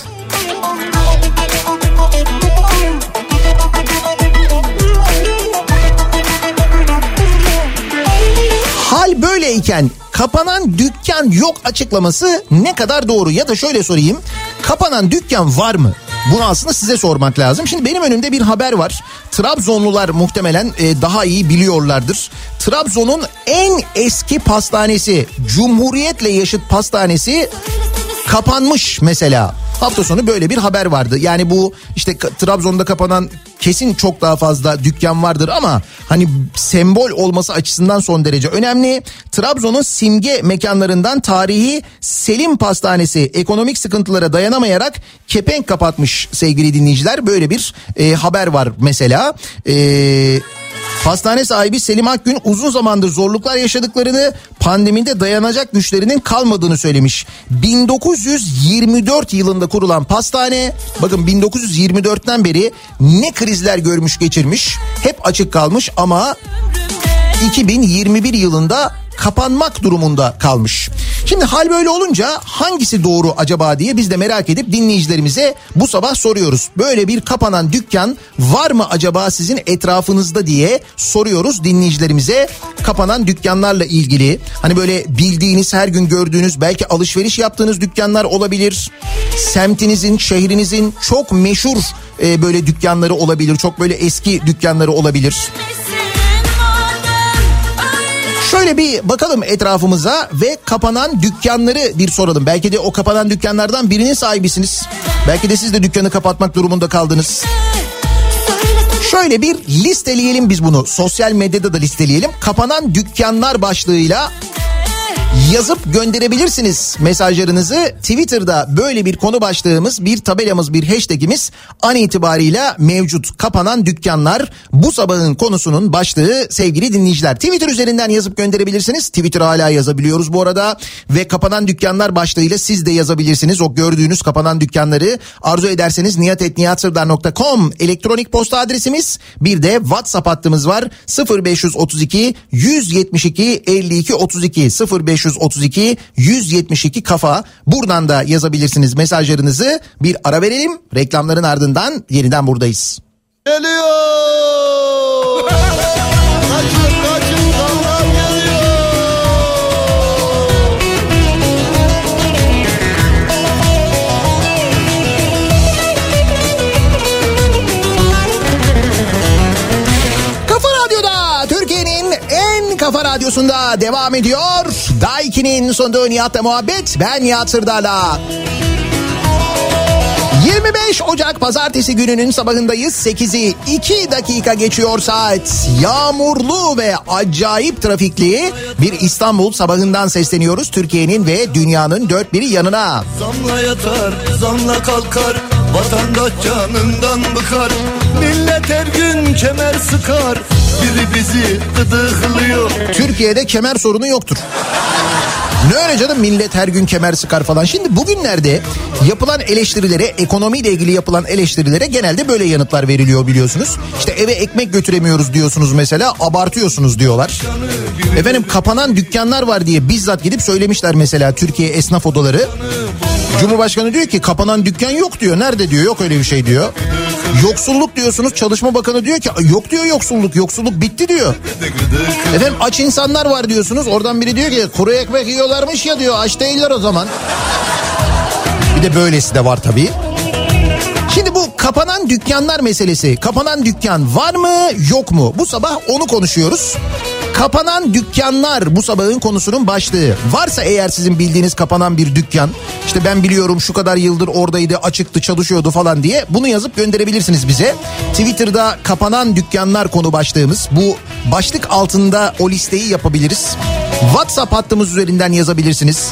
Hal böyleyken kapanan dükkan yok açıklaması ne kadar doğru? Ya da şöyle sorayım, kapanan dükkan var mı? Bunu aslında size sormak lazım. Şimdi benim önümde bir haber var. Trabzonlular muhtemelen daha iyi biliyorlardır. Trabzon'un en eski pastanesi, Cumhuriyet'le yaşıt pastanesi kapanmış mesela. Hafta sonu böyle bir haber vardı. Yani bu işte Trabzon'da kapanan kesin çok daha fazla dükkan vardır ama hani sembol olması açısından son derece önemli. Trabzon'un simge mekanlarından tarihi Selim Pastanesi ekonomik sıkıntılara dayanamayarak kepenk kapatmış sevgili dinleyiciler. Böyle bir haber var mesela. Pastane sahibi Selim Akgün uzun zamandır zorluklar yaşadıklarını, pandemide dayanacak güçlerinin kalmadığını söylemiş. 1924 yılında kurulan pastane, bakın 1924'ten beri ne krizler görmüş geçirmiş, hep açık kalmış ama 2021 yılında kapanmak durumunda kalmış. Şimdi hal böyle olunca hangisi doğru acaba diye biz de merak edip dinleyicilerimize bu sabah soruyoruz. Böyle bir kapanan dükkan var mı acaba sizin etrafınızda diye soruyoruz dinleyicilerimize. Kapanan dükkanlarla ilgili, hani böyle bildiğiniz, her gün gördüğünüz, belki alışveriş yaptığınız dükkanlar olabilir. Semtinizin, şehrinizin çok meşhur böyle dükkanları olabilir. Çok böyle eski dükkanları olabilir. Şöyle bir bakalım etrafımıza ve kapanan dükkanları bir soralım. Belki de o kapanan dükkanlardan birinin sahibisiniz. Belki de siz de dükkanı kapatmak durumunda kaldınız. Şöyle bir listeleyelim biz bunu. Sosyal medyada da listeleyelim. Kapanan dükkanlar başlığıyla yazıp gönderebilirsiniz mesajlarınızı. Twitter'da böyle bir konu başlığımız, bir tabelamız, bir hashtagimiz an itibarıyla mevcut. Kapanan dükkanlar bu sabahın konusunun başlığı sevgili dinleyiciler. Twitter üzerinden yazıp gönderebilirsiniz. Twitter hala yazabiliyoruz bu arada. Ve kapanan dükkanlar başlığıyla siz de yazabilirsiniz. O gördüğünüz kapanan dükkanları arzu ederseniz niyatetniyatsırdar.com elektronik posta adresimiz. Bir de WhatsApp hattımız var. 0532 172 52 32 0532 172 kafa. Buradan da yazabilirsiniz mesajlarınızı. Bir ara verelim. Reklamların ardından yeniden buradayız. Geliyor. Kaçın kaçın, zamlar geliyor. Kafa Radyo'da, Türkiye'nin en kafa radyosunda devam ediyor. Daiki'nin sonunda Nihat'la muhabbet. Ben Nihat Sırdar'la. 25 Ocak Pazartesi gününün sabahındayız. 8'i 2 dakika geçiyor saat. Yağmurlu ve acayip trafikli bir İstanbul sabahından sesleniyoruz. Türkiye'nin ve dünyanın dört bir yanına. Zamla yatar, zamla kalkar, Vatandaş canından bıkar, millet her gün kemer sıkar, biri bizi gıdıklıyor. Türkiye'de kemer sorunu yoktur. Ne öyle canım, millet her gün kemer sıkar falan. Şimdi bugünlerde yapılan eleştirilere, ekonomiyle ilgili yapılan eleştirilere genelde böyle yanıtlar veriliyor biliyorsunuz. İşte eve ekmek götüremiyoruz diyorsunuz mesela, abartıyorsunuz diyorlar. Efendim kapanan dükkanlar var diye bizzat gidip söylemişler mesela Türkiye Esnaf Odaları. Cumhurbaşkanı diyor ki kapanan dükkan yok diyor. Nerede diyor, yok öyle bir şey diyor. Yoksulluk diyorsunuz, Çalışma Bakanı diyor ki yok diyor yoksulluk bitti diyor. Efendim aç insanlar var diyorsunuz, oradan biri diyor ki kuru ekmek yiyorlarmış ya diyor, aç değiller o zaman. Bir de böylesi de var tabii. Şimdi bu kapanan dükkanlar meselesi, kapanan dükkan var mı yok mu? Bu sabah onu konuşuyoruz. Kapanan dükkanlar bu sabahın konusunun başlığı. Varsa eğer sizin bildiğiniz kapanan bir dükkan, işte ben biliyorum şu kadar yıldır oradaydı, açıktı, çalışıyordu falan diye bunu yazıp gönderebilirsiniz bize. Twitter'da kapanan dükkanlar konu başlığımız. Bu başlık altında o listeyi yapabiliriz. WhatsApp hattımız üzerinden yazabilirsiniz.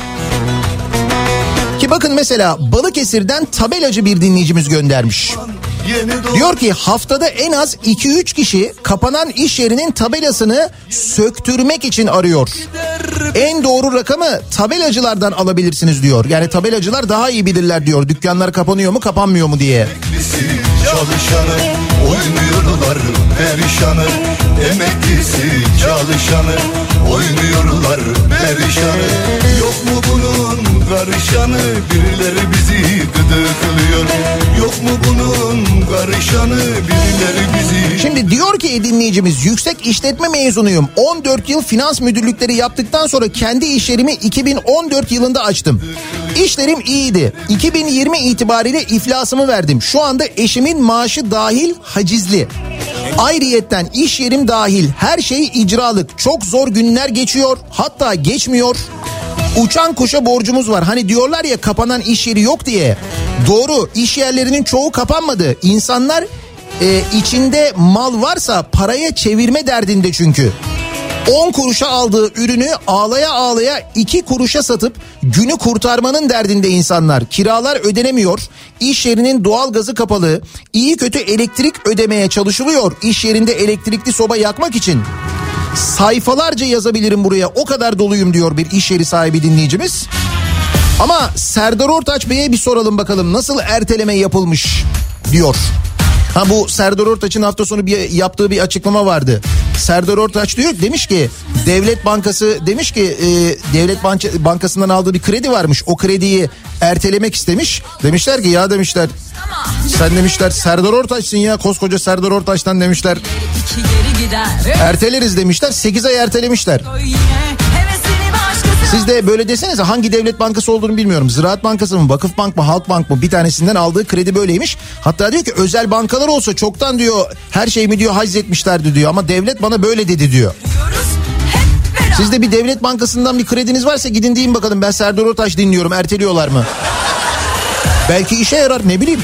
Ki bakın mesela Balıkesir'den tabelacı bir dinleyicimiz göndermiş. Diyor ki haftada en az 2-3 kişi kapanan iş yerinin tabelasını söktürmek için arıyor. En doğru rakamı tabelacılardan alabilirsiniz diyor. Yani tabelacılar daha iyi bilirler diyor. Dükkanlar kapanıyor mu kapanmıyor mu diye. Çalışanı oynuyorlar perişanı, emeklisi çalışanı oynuyorlar perişanı. Yok mu bunun karışanı, birileri bizi gıdıklıyor. Yok mu bunun karışanı, birileri bizi... Şimdi diyor ki dinleyicimiz, yüksek işletme mezunuyum. 14 yıl finans müdürlükleri yaptıktan sonra kendi iş yerimi 2014 yılında açtım. İşlerim iyiydi. 2020 itibariyle iflasımı verdim. Şu anda eşimin maaşı dahil hacizli. Ayrıyetten iş yerim dahil her şey icralık. Çok zor günler geçiyor, hatta geçmiyor. Uçan kuşa borcumuz var. Hani diyorlar ya kapanan iş yeri yok diye. Doğru, iş yerlerinin çoğu kapanmadı. İnsanlar içinde mal varsa paraya çevirme derdinde çünkü. 10 kuruşa aldığı ürünü ağlaya ağlaya 2 kuruşa satıp günü kurtarmanın derdinde insanlar. Kiralar ödenemiyor. İş yerinin doğalgazı kapalı. İyi kötü elektrik ödemeye çalışılıyor. İş yerinde elektrikli soba yakmak için. Sayfalarca yazabilirim buraya, o kadar doluyum diyor bir iş yeri sahibi dinleyicimiz. Ama Serdar Ortaç Bey'e bir soralım bakalım nasıl erteleme yapılmış diyor. Ha, bu Serdar Ortaç'ın hafta sonu yaptığı bir açıklama vardı. Serdar Ortaç demiş ki Devlet Bankası demiş ki Devlet Bankası'ndan aldığı bir kredi varmış. O krediyi ertelemek istemiş. Demişler ki ya demişler, sen demişler Serdar Ortaç'sın ya, koskoca Serdar Ortaç'tan demişler erteleriz demişler. 8 ay ertelemişler. Siz de böyle desenize, hangi devlet bankası olduğunu bilmiyorum. Ziraat Bankası mı, Vakıfbank mı, Halkbank mı, bir tanesinden aldığı kredi böyleymiş. Hatta diyor ki özel bankalar olsa çoktan diyor her şeyimi diyor hazzetmişlerdi diyor, ama devlet bana böyle dedi diyor. Siz de bir devlet bankasından bir krediniz varsa gidin deyin bakalım, ben Serdar Ortaç dinliyorum, erteliyorlar mı? Belki işe yarar, ne bileyim.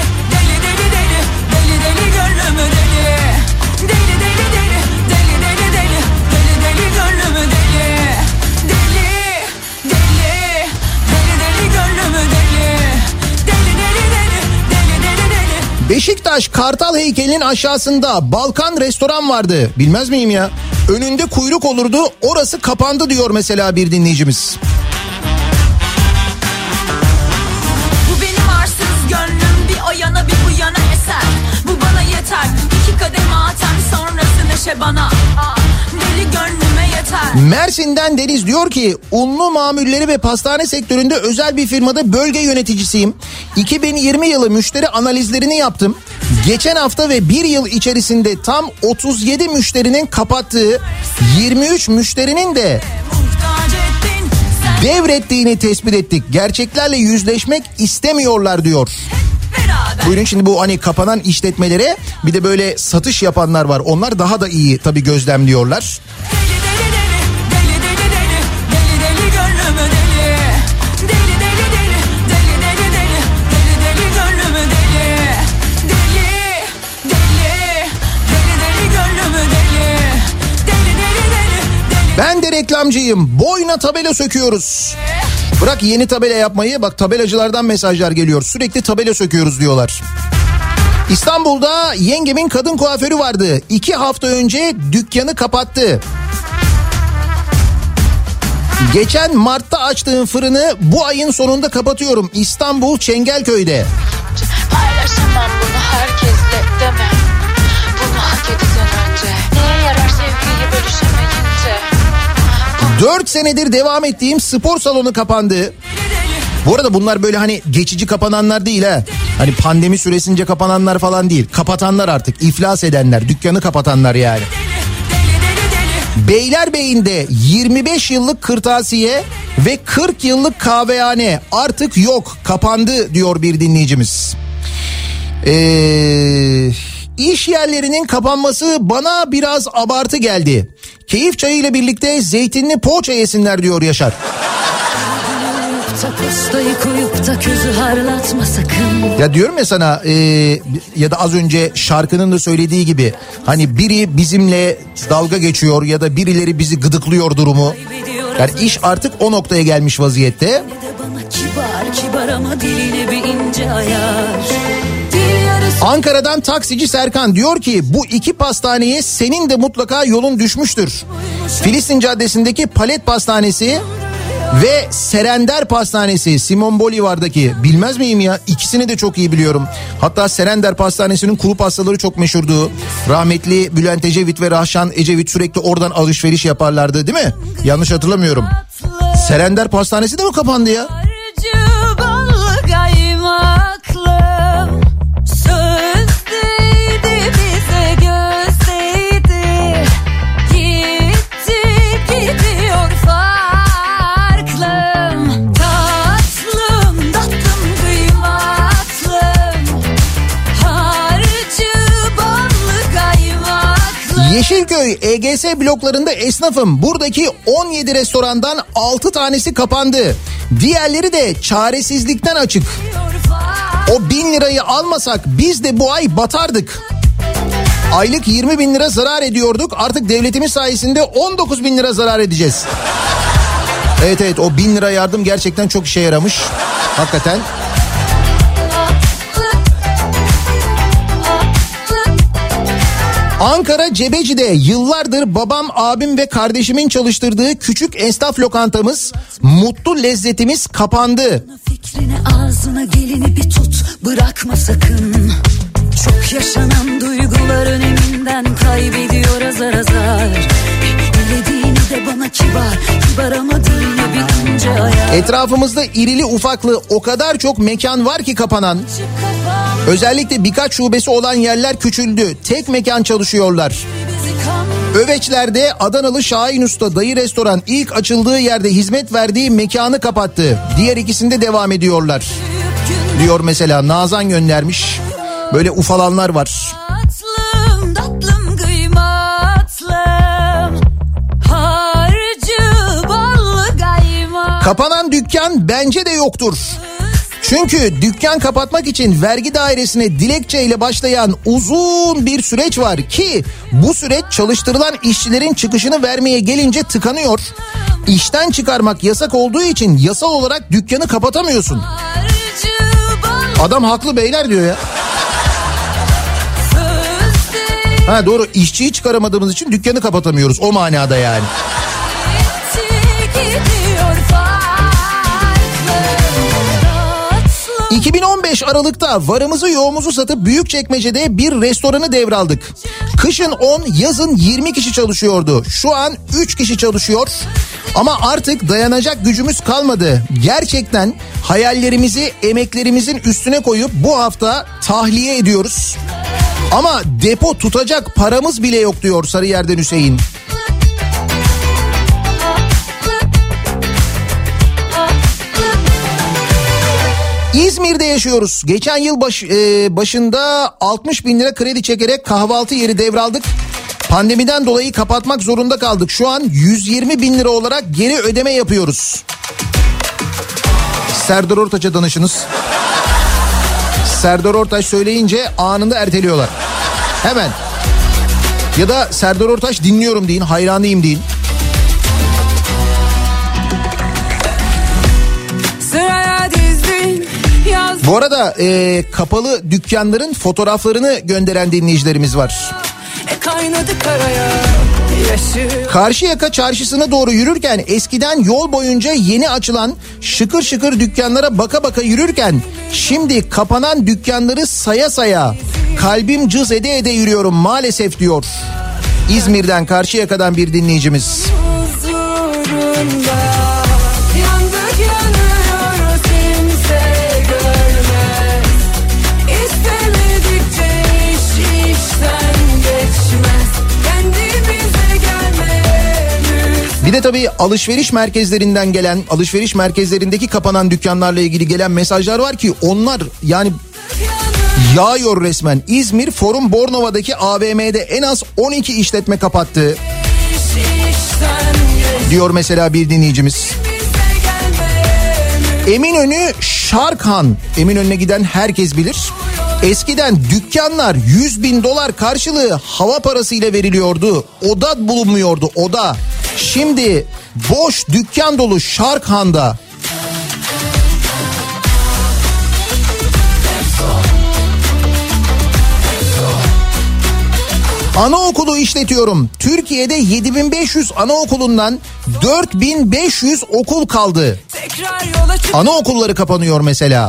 Beşiktaş Kartal heykelinin aşağısında Balkan restoran vardı. Bilmez miyim ya? Önünde kuyruk olurdu, orası kapandı diyor mesela bir dinleyicimiz. Bu benim arsız gönlüm, bir o yana bir bu yana eser. Bu bana yeter, 2 kadeh matem sonrası neşe bana. Deli gönlüme yeter. Mersin'den Deniz diyor ki unlu mamulleri ve pastane sektöründe özel bir firmada bölge yöneticisiyim. 2020 yılı müşteri analizlerini yaptım. Geçen hafta ve bir yıl içerisinde tam 37 müşterinin kapattığı, 23 müşterinin de devrettiğini tespit ettik. Gerçeklerle yüzleşmek istemiyorlar diyor. Buyurun, şimdi bu hani kapanan işletmelere bir de böyle satış yapanlar var. Onlar daha da iyi tabii gözlemliyorlar. Ben de reklamcıyım. Boyuna tabela söküyoruz. Bırak yeni tabela yapmayı, bak tabelacılardan mesajlar geliyor. Sürekli tabela söküyoruz diyorlar. İstanbul'da yengemin kadın kuaförü vardı. 2 hafta önce dükkanı kapattı. Geçen Mart'ta açtığım fırını bu ayın sonunda kapatıyorum. İstanbul Çengelköy'de. Paylaşamam bunu herkesle deme. Bunu hak edeceğim önce. Neye yarar sevgiyi bölüşemeyince? 4 senedir devam ettiğim spor salonu kapandı. Bu arada bunlar böyle hani geçici kapananlar değil ha. Hani pandemi süresince kapananlar falan değil. Kapatanlar artık, iflas edenler, dükkanı kapatanlar yani. Beylerbeyi'nde 25 yıllık kırtasiye ve 40 yıllık kahvehane artık yok, kapandı diyor bir dinleyicimiz. İş yerlerinin kapanması bana biraz abartı geldi. Keyif çayı ile birlikte zeytinli poğaça yesinler diyor Yaşar. Postayı koyup da közü harlatma sakın. Ya diyorum ya sana ya da az önce şarkının da söylediği gibi hani biri bizimle dalga geçiyor ya da birileri bizi gıdıklıyor durumu. Yani iş artık o noktaya gelmiş vaziyette. Kibar ama diline bir ince ayar. Ankara'dan taksici Serkan diyor ki bu 2 pastaneye senin de mutlaka yolun düşmüştür. Filistin Caddesi'ndeki Palet Pastanesi ve Serender Pastanesi, Simon Bolivar'daki, bilmez miyim ya, ikisini de çok iyi biliyorum. Hatta Serender Pastanesi'nin kuru pastaları çok meşhurdu. Rahmetli Bülent Ecevit ve Rahşan Ecevit sürekli oradan alışveriş yaparlardı değil mi? Yanlış hatırlamıyorum. Serender Pastanesi de mi kapandı ya? Yeşilköy EGS bloklarında esnafım. Buradaki 17 restorandan 6 tanesi kapandı. Diğerleri de çaresizlikten açık. O 1000 lirayı almasak biz de bu ay batardık. Aylık 20 bin lira zarar ediyorduk. Artık devletimiz sayesinde 19 bin lira zarar edeceğiz. Evet o 1000 lira yardım gerçekten çok işe yaramış. Hakikaten. Ankara Cebeci'de yıllardır babam, abim ve kardeşimin çalıştırdığı küçük esnaf lokantamız, mutlu lezzetimiz kapandı. Fikrine ağzına geleni bir tut, bırakma sakın. Çok yaşanan duygular öneminden kaybediyor azar azar. Dilediğini de bana kibar ama diline bir ince ayar. Etrafımızda irili ufaklı o kadar çok mekan var ki kapanan. Özellikle birkaç şubesi olan yerler küçüldü. Tek mekan çalışıyorlar. Öveçler'de Adanalı Şahin Usta Dayı Restoran ilk açıldığı yerde hizmet verdiği mekanı kapattı. Diğer ikisinde devam ediyorlar. Diyor mesela, Nazan göndermiş. Böyle ufalanlar var. Tatlım kıymatlım, harcı ballı kaymak. Kapanan dükkan bence de yoktur. Çünkü dükkan kapatmak için vergi dairesine dilekçeyle başlayan uzun bir süreç var ki bu süreç çalıştırılan işçilerin çıkışını vermeye gelince tıkanıyor. İşten çıkarmak yasak olduğu için yasal olarak dükkanı kapatamıyorsun. Adam haklı beyler diyor ya. Ha doğru, işçiyi çıkaramadığımız için dükkanı kapatamıyoruz o manada yani. 2015 Aralık'ta varımızı yoğumuzu satıp Büyükçekmece'de bir restoranı devraldık. Kışın 10, yazın 20 kişi çalışıyordu. Şu an 3 kişi çalışıyor. Ama artık dayanacak gücümüz kalmadı. Gerçekten hayallerimizi emeklerimizin üstüne koyup bu hafta tahliye ediyoruz. Ama depo tutacak paramız bile yok diyor Sarıyer'den Hüseyin. İzmir'de yaşıyoruz. Geçen yıl başında 60 bin lira kredi çekerek kahvaltı yeri devraldık. Pandemiden dolayı kapatmak zorunda kaldık. Şu an 120 bin lira olarak geri ödeme yapıyoruz. Serdar Ortaç'a danışınız. Serdar Ortaç söyleyince anında erteliyorlar. Hemen. Ya da Serdar Ortaç dinliyorum deyin, hayranıyım deyin. Bu arada kapalı dükkanların fotoğraflarını gönderen dinleyicilerimiz var. Kaynadı karaya. Karşıyaka çarşısına doğru yürürken eskiden yol boyunca yeni açılan şıkır şıkır dükkanlara baka baka yürürken şimdi kapanan dükkanları saya saya kalbim cız ede ede yürüyorum maalesef diyor. İzmir'den Karşıyaka'dan bir dinleyicimiz. Bir de tabii alışveriş merkezlerinden gelen, alışveriş merkezlerindeki kapanan dükkanlarla ilgili gelen mesajlar var ki onlar yani yağıyor resmen. İzmir Forum Bornova'daki AVM'de en az 12 işletme kapattı diyor mesela bir dinleyicimiz. Eminönü Şarkhan, Eminönü'ne giden herkes bilir. Eskiden dükkanlar $100.000 karşılığı hava parasıyla veriliyordu. Oda bulunmuyordu, oda. Şimdi boş dükkan dolu Şarkhan'da. Anaokulu işletiyorum. Türkiye'de 7500 anaokulundan 4500 okul kaldı. Anaokulları kapanıyor mesela.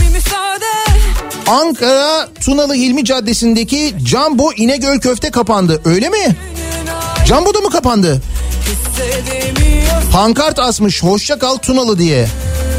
Ankara Tunalı Hilmi Caddesi'ndeki Jumbo İnegöl Köfte kapandı. Öyle mi? Jumbo da mı kapandı? Pankart asmış hoşça kal Tunalı diye.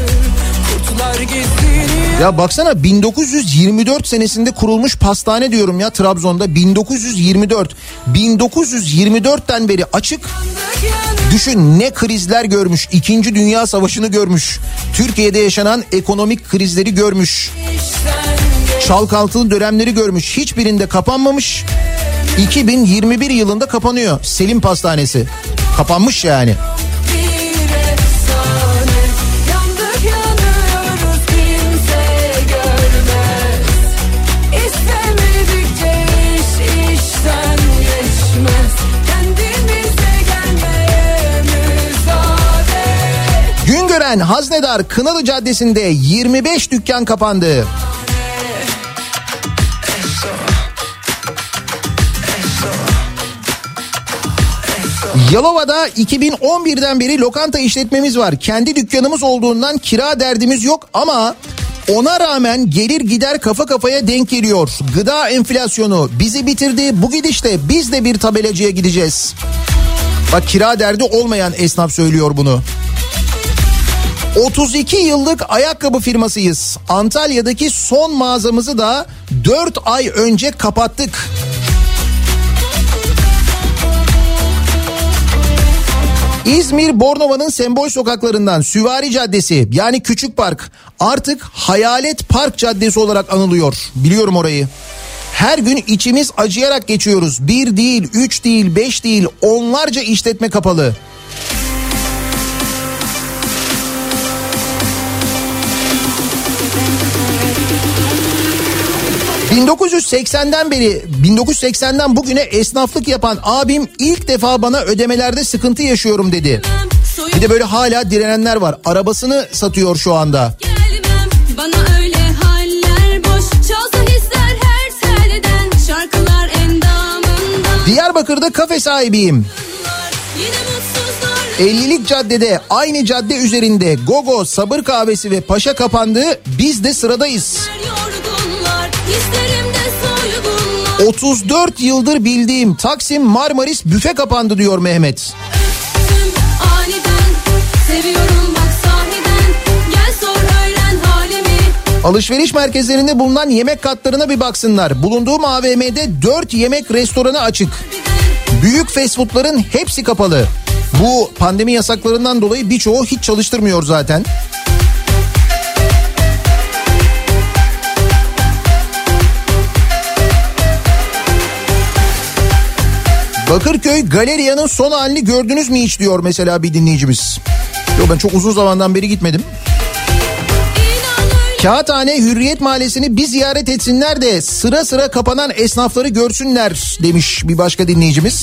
Ya baksana 1924 senesinde kurulmuş pastane diyorum ya Trabzon'da 1924. 1924'ten beri açık. Düşün ne krizler görmüş. 2. Dünya Savaşı'nı görmüş. Türkiye'de yaşanan ekonomik krizleri görmüş. Çalkantılı dönemleri görmüş. Hiçbirinde kapanmamış. 2021 yılında kapanıyor Selim Pastanesi. Kapanmış yani. Güngören Haznedar Kınalı Caddesi'nde 25 dükkan kapandı. Yalova'da 2011'den beri lokanta işletmemiz var. Kendi dükkanımız olduğundan kira derdimiz yok ama ona rağmen gelir gider kafa kafaya denk geliyor. Gıda enflasyonu bizi bitirdi. Bu gidişte biz de bir tabelacıya gideceğiz. Bak kira derdi olmayan esnaf söylüyor bunu. 32 yıllık ayakkabı firmasıyız. Antalya'daki son mağazamızı da 4 ay önce kapattık. İzmir Bornova'nın sembol sokaklarından Süvari Caddesi yani Küçük Park artık Hayalet Park Caddesi olarak anılıyor. Biliyorum orayı. Her gün içimiz acıyarak geçiyoruz. 1 değil, 3 değil, 5 değil, onlarca işletme kapalı. ...1980'den bugüne esnaflık yapan abim ilk defa bana ödemelerde sıkıntı yaşıyorum dedi. Bir de böyle hala direnenler var. Arabasını satıyor şu anda. Bana öyle haller boş, çalsa hisler her telden, şarkılar endamında. Diyarbakır'da kafe sahibiyim. 50'lik caddede aynı cadde üzerinde Gogo, Sabır Kahvesi ve Paşa kapandı. Biz de sıradayız. 34 yıldır bildiğim Taksim Marmaris büfe kapandı diyor Mehmet. Alışveriş merkezlerinde bulunan yemek katlarına bir baksınlar. Bulunduğum AVM'de 4 yemek restoranı açık. Büyük fast foodların hepsi kapalı. Bu pandemi yasaklarından dolayı birçoğu hiç çalıştırmıyor zaten. Bakırköy Galeria'nın son halini gördünüz mü hiç diyor mesela bir dinleyicimiz. Yo, ben çok uzun zamandan beri gitmedim. Kağıthane Hürriyet Mahallesi'ni bir ziyaret etsinler de sıra sıra kapanan esnafları görsünler demiş bir başka dinleyicimiz.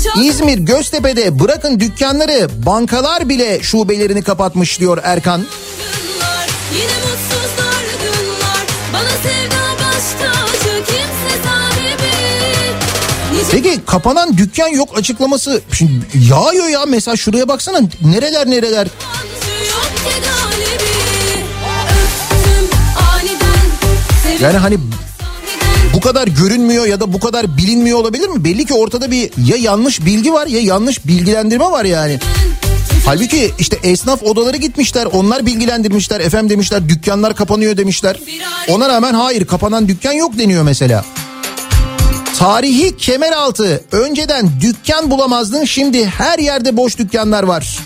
İzmir Göztepe'de bırakın dükkanları, bankalar bile şubelerini kapatmış diyor Erkan. Yine mutsuzlar günler, bana sevda baş tacı, kimse sahibi. Peki kapanan dükkan yok açıklaması şimdi yağıyor ya, mesela şuraya baksana nereler. Yok ki galibi. Öptüm aniden, Yani hani bu kadar görünmüyor ya da bu kadar bilinmiyor olabilir mi? Belli ki ortada bir ya yanlış bilgi var ya yanlış bilgilendirme var yani. Halbuki işte esnaf odaları gitmişler, onlar bilgilendirmişler, efendim demişler dükkanlar kapanıyor demişler. Ona rağmen hayır, kapanan dükkan yok deniyor mesela. Tarihi Kemeraltı, önceden dükkan bulamazdın, şimdi her yerde boş dükkanlar var.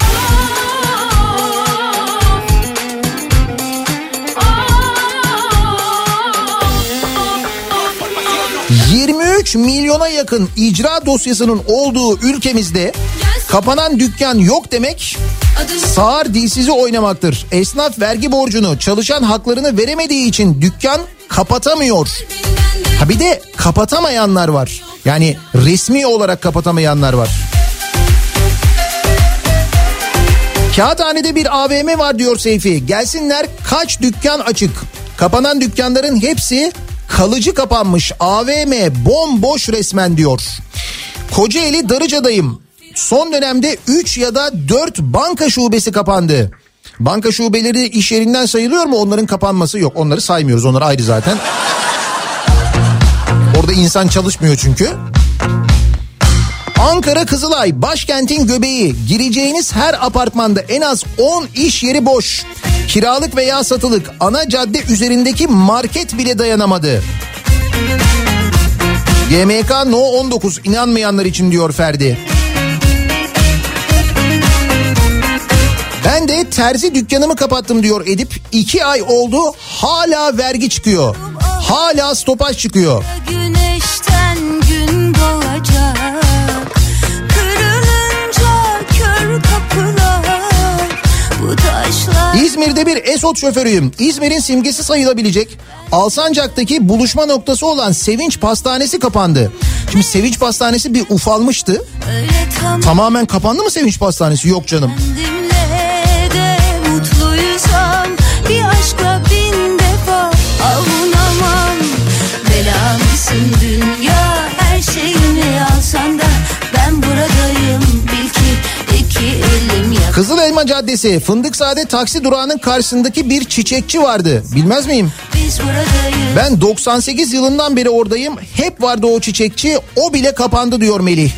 23 milyona yakın icra dosyasının olduğu ülkemizde kapanan dükkan yok demek sağır dilsizi oynamaktır. Esnaf vergi borcunu, çalışan haklarını veremediği için dükkan kapatamıyor. Ha bir de kapatamayanlar var. Yani resmi olarak kapatamayanlar var. Kağıthane'de bir AVM var diyor Seyfi. Gelsinler, kaç dükkan açık. Kapanan dükkanların hepsi kalıcı kapanmış. AVM bomboş resmen diyor. Kocaeli Darıca'dayım. Son dönemde 3 ya da 4 banka şubesi kapandı. Banka şubeleri iş yerinden sayılıyor mu? Onların kapanması yok. Onları saymıyoruz. Onlar ayrı zaten. Orada insan çalışmıyor çünkü. Ankara Kızılay, başkentin göbeği. Gireceğiniz her apartmanda en az 10 iş yeri boş. Kiralık veya satılık. Ana cadde üzerindeki market bile dayanamadı. YMK No 19 inanmayanlar için diyor Ferdi. Ben de terzi dükkanımı kapattım diyor Edip. 2 ay oldu, hala vergi çıkıyor. Hala stopaj çıkıyor. Güneşten gün doğacak. Kırılınca kör kapılar. Bu taşlar... İzmir'de bir Esot şoförüyüm. İzmir'in simgesi sayılabilecek Alsancak'taki buluşma noktası olan Sevinç Pastanesi kapandı. Şimdi Sevinç Pastanesi bir ufalmıştı. Tamamen kapandı mı Sevinç Pastanesi? Yok canım. Bir aşkla bin defa avunamam. Belamısın dünya, her şeyimi alsan da ben buradayım, bil ki iki elim yak. Kızılelma Caddesi, Fındıksade taksi durağının karşısındaki bir çiçekçi vardı. Bilmez miyim? Biz buradayız. Ben 98 yılından beri oradayım. Hep vardı o çiçekçi. O bile kapandı diyor Melih.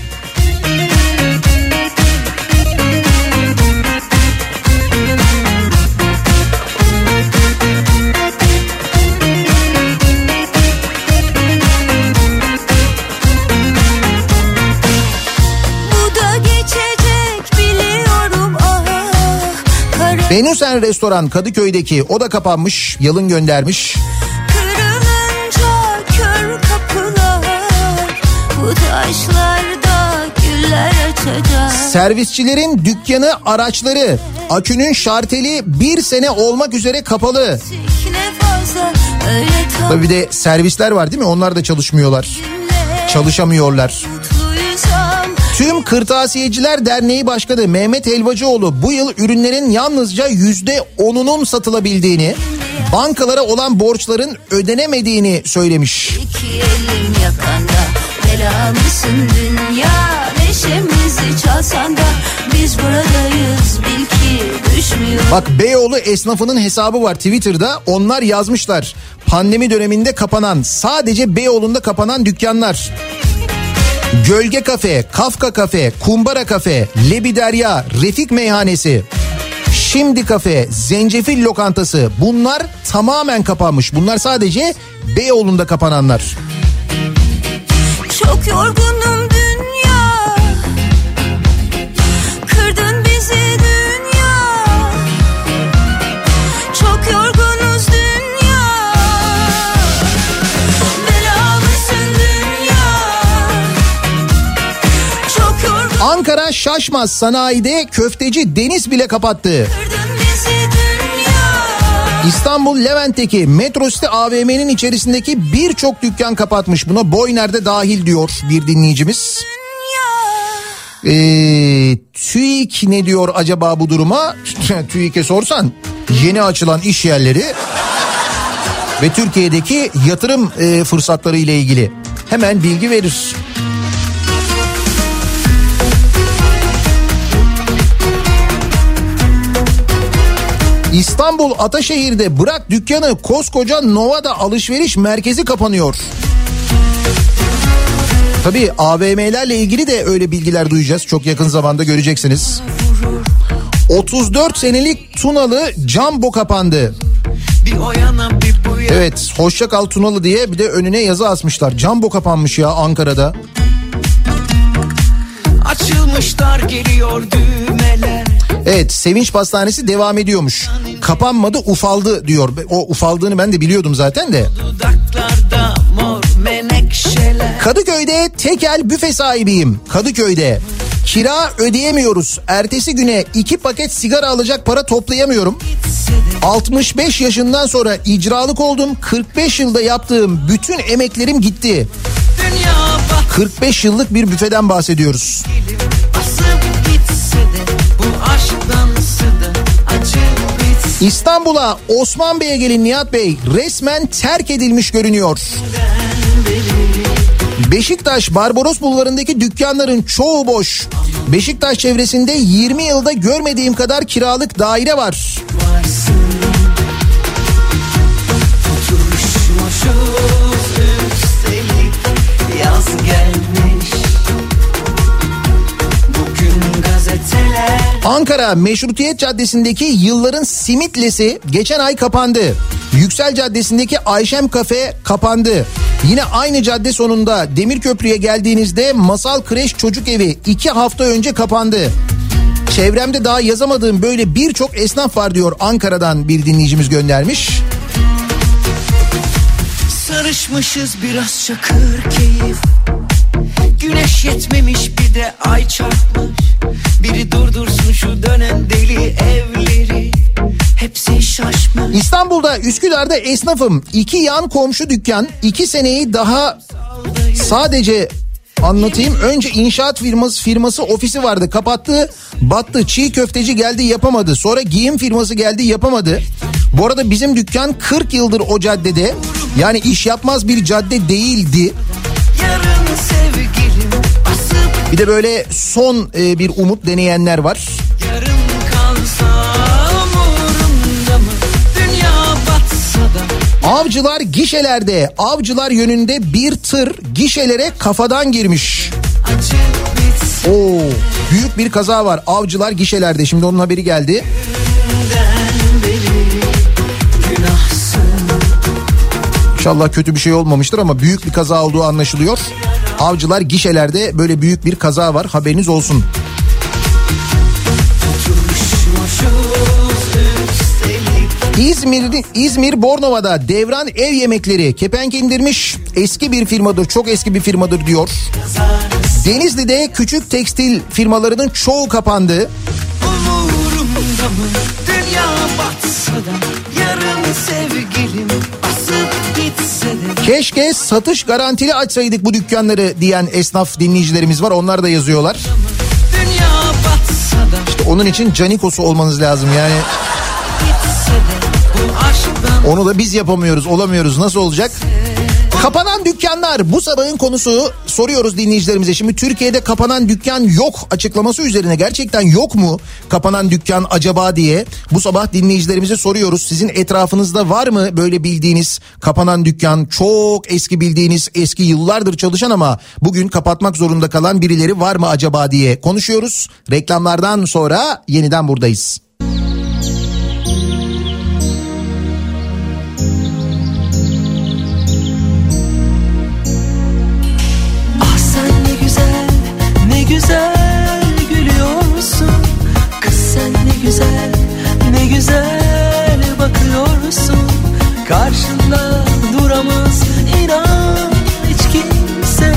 Benusen Restoran Kadıköy'deki, o da kapanmış, yalın göndermiş. Kırılınca kör kapılar, bu taşlarda güller açacak. Servisçilerin dükkanı, araçları, akünün şarteli 1 sene olmak üzere kapalı. Tabii bir de servisler var değil mi? Onlar da çalışmıyorlar. Çalışamıyorlar. Tüm Kırtasiyeciler Derneği Başkanı Mehmet Helvacıoğlu bu yıl ürünlerin yalnızca %10'unun satılabildiğini, bankalara olan borçların ödenemediğini söylemiş. İki elim yakanda, belamısın dünya, neşemizi çalsan da biz buradayız, bil ki düşmüyor. Bak, Beyoğlu esnafının hesabı var Twitter'da, onlar yazmışlar. Pandemi döneminde kapanan, sadece Beyoğlu'nda kapanan dükkanlar. Gölge Kafe, Kafka Kafe, Kumbara Kafe, Lebiderya, Refik Meyhanesi, Şimdi Kafe, Zencefil Lokantası, bunlar tamamen kapanmış. Bunlar sadece Beyoğlu'nda kapananlar. Çok yorgunum dünya, kırdın bizi dünya. Çok yorgunuz dünya, belamısın dünya. Çok yorgun. Ankara Şaşmaz Sanayi'de köfteci Deniz bile kapattı. İstanbul Levent'teki Metro City AVM'nin içerisindeki birçok dükkan kapatmış. Buna Boyner'de dahil diyor bir dinleyicimiz. TÜİK ne diyor acaba bu duruma? TÜİK'e sorsan yeni açılan iş yerleri ve Türkiye'deki yatırım fırsatları ile ilgili hemen bilgi verir. İstanbul Ataşehir'de bırak dükkanı koskoca Nova'da alışveriş merkezi kapanıyor. Tabii AVM'lerle ilgili de öyle bilgiler duyacağız. Çok yakın zamanda göreceksiniz. 34 senelik Tunalı Jumbo kapandı. Evet, hoşça kal Tunalı diye bir de önüne yazı asmışlar. Jumbo kapanmış ya Ankara'da. Açılmışlar geliyor düğmeler. Evet, Sevinç Pastanesi devam ediyormuş. Kapanmadı, ufaldı diyor. O ufaldığını ben de biliyordum zaten de. Kadıköy'de tekel büfe sahibiyim. Kadıköy'de. Kira ödeyemiyoruz. Ertesi güne 2 paket sigara alacak para toplayamıyorum. 65 yaşından sonra icralık oldum. 45 yılda yaptığım bütün emeklerim gitti. 45 yıllık bir büfeden bahsediyoruz. İstanbul'a Osman Bey'e gelin Nihat Bey, resmen terk edilmiş görünüyor. Beşiktaş Barbaros Bulvarı'ndaki dükkanların çoğu boş. Beşiktaş çevresinde 20 yılda görmediğim kadar kiralık daire var. Yaz gelmiş. Bugün gazeteler. Ankara Meşrutiyet Caddesi'ndeki Yılların Simitlesi geçen ay kapandı. Yüksel Caddesi'ndeki Ayşem Kafe kapandı. Yine aynı cadde sonunda Demirköprü'ye geldiğinizde Masal Kreş Çocuk Evi 2 hafta önce kapandı. Çevremde daha yazamadığım böyle birçok esnaf var diyor, Ankara'dan bir dinleyicimiz göndermiş. Sarışmışız biraz çakır keyif. Güneş yetmemiş bir de ay çarpmış. Biri durdursun şu dönen deli evleri. Hepsi şaşmış. İstanbul'da Üsküdar'da esnafım. 2 yan komşu dükkan. 2 seneyi daha sadece anlatayım. Önce inşaat firması ofisi vardı, kapattı, battı. Çiğ köfteci geldi, yapamadı. Sonra giyim firması geldi, yapamadı. Bu arada bizim dükkan 40 yıldır o caddede. Yani iş yapmaz bir cadde değildi. Bir de böyle son bir umut deneyenler var. Avcılar gişelerde, Avcılar yönünde bir tır gişelere kafadan girmiş. Oo, büyük bir kaza var Avcılar gişelerde, şimdi onun haberi geldi. İnşallah kötü bir şey olmamıştır ama büyük bir kaza olduğu anlaşılıyor. Avcılar gişelerde böyle büyük bir kaza var, haberiniz olsun. İzmir Bornova'da Devran Ev Yemekleri kepenk indirmiş. Eski bir firmadır, çok eski bir firmadır diyor. Denizli'de küçük tekstil firmalarının çoğu kapandı. Keşke satış garantili açsaydık bu dükkanları diyen esnaf dinleyicilerimiz var. Onlar da yazıyorlar. İşte onun için Canikos'u olmanız lazım yani. Onu da biz yapamıyoruz, olamıyoruz. Nasıl olacak? Kapanan dükkanlar bu sabahın konusu, soruyoruz dinleyicilerimize. Şimdi Türkiye'de kapanan dükkan yok açıklaması üzerine, gerçekten yok mu kapanan dükkan acaba diye bu sabah dinleyicilerimize soruyoruz. Sizin etrafınızda var mı böyle bildiğiniz kapanan dükkan, çok eski bildiğiniz, eski yıllardır çalışan ama bugün kapatmak zorunda kalan birileri var mı acaba diye konuşuyoruz. Reklamlardan sonra yeniden buradayız. Güzel gülüyorsun kız, sen ne güzel, ne güzel bakıyorsun. Karşında duramaz inan hiç kimse,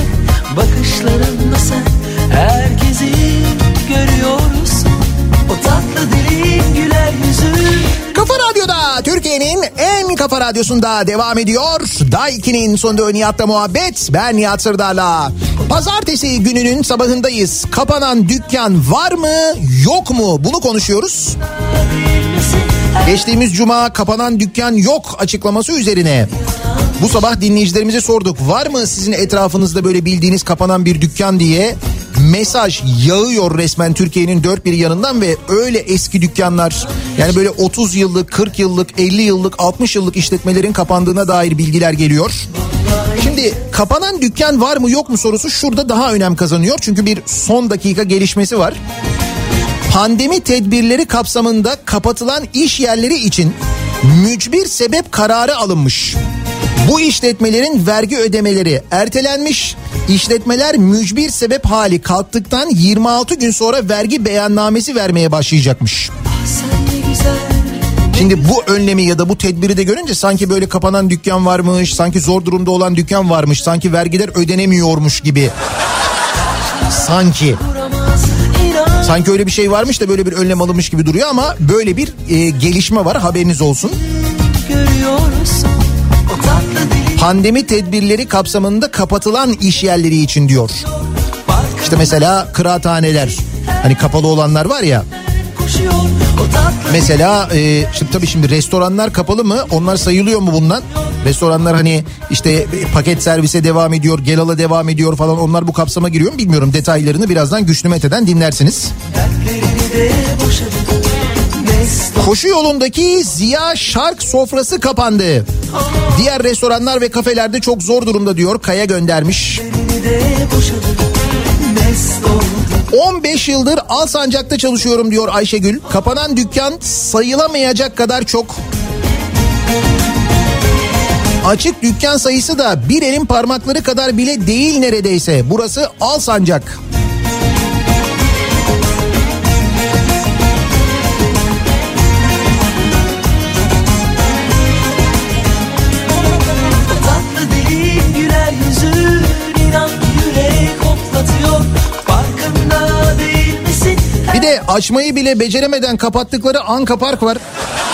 bakışlarınla sen herkesi görüyorsun. O tatlı dili Kafa Radyosu'nda devam ediyor. Day 2'nin sonunda Nihat'la muhabbet. Ben Nihat Sırdar'la. Pazartesi gününün sabahındayız. Kapanan dükkan var mı yok mu bunu konuşuyoruz. Geçtiğimiz cuma kapanan dükkan yok açıklaması üzerine bu sabah dinleyicilerimize sorduk. Var mı sizin etrafınızda böyle bildiğiniz kapanan bir dükkan diye mesaj yağıyor resmen Türkiye'nin dört bir yanından ve öyle eski dükkanlar, yani böyle 30 yıllık, 40 yıllık, 50 yıllık, 60 yıllık işletmelerin kapandığına dair bilgiler geliyor. Şimdi kapanan dükkan var mı yok mu sorusu şurada daha önem kazanıyor. Çünkü bir son dakika gelişmesi var. Pandemi tedbirleri kapsamında kapatılan iş yerleri için mücbir sebep kararı alınmış. Bu işletmelerin vergi ödemeleri ertelenmiş. İşletmeler mücbir sebep hali kalktıktan 26 gün sonra vergi beyannamesi vermeye başlayacakmış. Şimdi bu önlemi ya da bu tedbiri de görünce sanki böyle kapanan dükkan varmış, sanki zor durumda olan dükkan varmış, sanki vergiler ödenemiyormuş gibi. Sanki öyle bir şey varmış da böyle bir önlem alınmış gibi duruyor ama böyle bir gelişme var, haberiniz olsun. Pandemi tedbirleri kapsamında kapatılan iş yerleri için diyor. İşte mesela kıraathaneler, hani kapalı olanlar var ya. Mesela tabii şimdi restoranlar kapalı mı? Onlar sayılıyor mu bundan? Restoranlar hani işte paket servise devam ediyor, gelala devam ediyor falan, onlar bu kapsama giriyor mu bilmiyorum. Detaylarını birazdan Güçlü Mete'den dinlersiniz. Koşu yolundaki Ziya Şark sofrası kapandı. Diğer restoranlar ve kafelerde çok zor durumda diyor. Kaya göndermiş. 15 yıldır Alsancak'ta çalışıyorum diyor Ayşegül. Kapanan dükkan sayılamayacak kadar çok. Açık dükkan sayısı da bir elin parmakları kadar bile değil neredeyse. Burası Alsancak. Bir de açmayı bile beceremeden kapattıkları Anka Park var.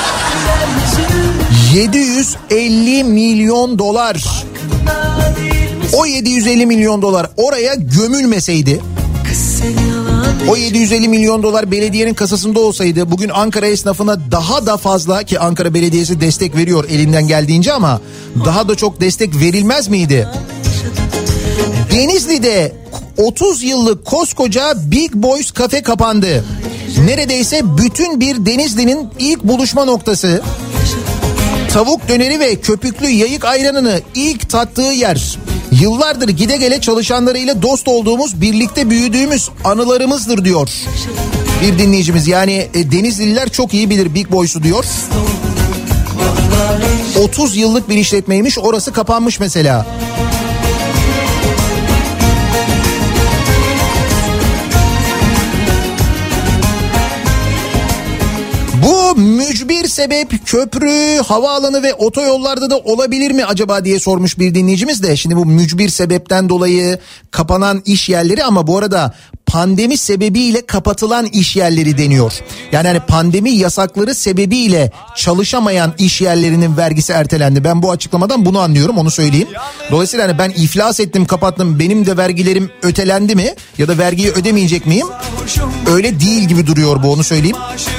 750 milyon dolar. O 750 milyon dolar oraya gömülmeseydi, o 750 milyon dolar belediyenin kasasında olsaydı bugün Ankara esnafına daha da fazla, ki Ankara Belediyesi destek veriyor elinden geldiğince ama daha da çok destek verilmez miydi? Denizli'de 30 yıllık koskoca Big Boys kafe kapandı. Neredeyse bütün bir Denizli'nin ilk buluşma noktası. Tavuk döneri ve köpüklü yayık ayranını ilk tattığı yer. Yıllardır gide gele çalışanlarıyla dost olduğumuz, birlikte büyüdüğümüz anılarımızdır diyor bir dinleyicimiz. Yani Denizliler çok iyi bilir Big Boys'u diyor. 30 yıllık bir işletmeymiş, orası kapanmış mesela. Bu mücbir sebep köprü, havaalanı ve otoyollarda da olabilir mi acaba diye sormuş bir dinleyicimiz de. Şimdi bu mücbir sebepten dolayı kapanan iş yerleri, ama bu arada pandemi sebebiyle kapatılan iş yerleri deniyor. Yani hani pandemi yasakları sebebiyle çalışamayan iş yerlerinin vergisi ertelendi. Ben bu açıklamadan bunu anlıyorum, onu söyleyeyim. Dolayısıyla hani ben iflas ettim, kapattım, benim de vergilerim ötelendi mi ya da vergiyi ödemeyecek miyim? Öyle değil gibi duruyor bu, onu söyleyeyim.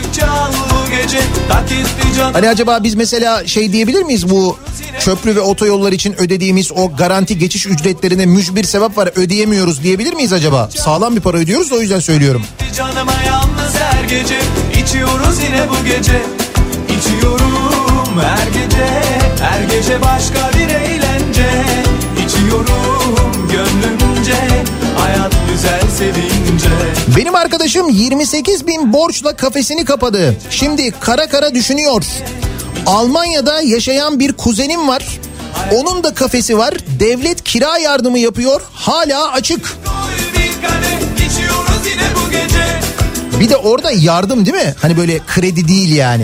Hani acaba biz mesela şey diyebilir miyiz, bu köprü ve otoyollar için ödediğimiz o garanti geçiş ücretlerine mücbir sebep var, ödeyemiyoruz diyebilir miyiz acaba? Sağlam bir para ödüyoruz da o yüzden söylüyorum. Canıma yalnız her gece içiyoruz yine bu gece. İçiyorum her gece başka bir eğlence. İçiyorum gönlümce, hayat güzel sevince. Benim arkadaşım 28 bin borçla kafesini kapadı. Şimdi kara kara düşünüyor. Almanya'da yaşayan bir kuzenim var. Onun da kafesi var. Devlet kira yardımı yapıyor. Hala açık. Bir de orada yardım değil mi? Hani böyle kredi değil yani.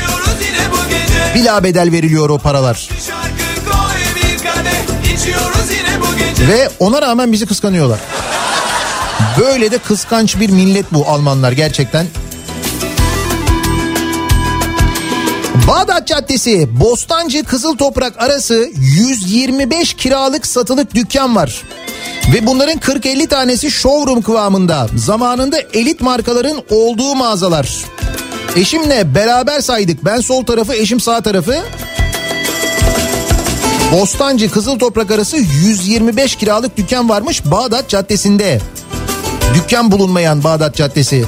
Bila bedel veriliyor o paralar. Ve ona rağmen bizi kıskanıyorlar. Böyle de kıskanç bir millet bu Almanlar gerçekten. Bağdat Caddesi, Bostancı Kızıltoprak arası 125 kiralık satılık dükkan var. Ve bunların 40-50 tanesi showroom kıvamında. Zamanında elit markaların olduğu mağazalar. Eşimle beraber saydık. Ben sol tarafı, eşim sağ tarafı. Bostancı Kızıltoprak arası 125 kiralık dükkan varmış Bağdat Caddesi'nde. Dükkan bulunmayan Bağdat Caddesi.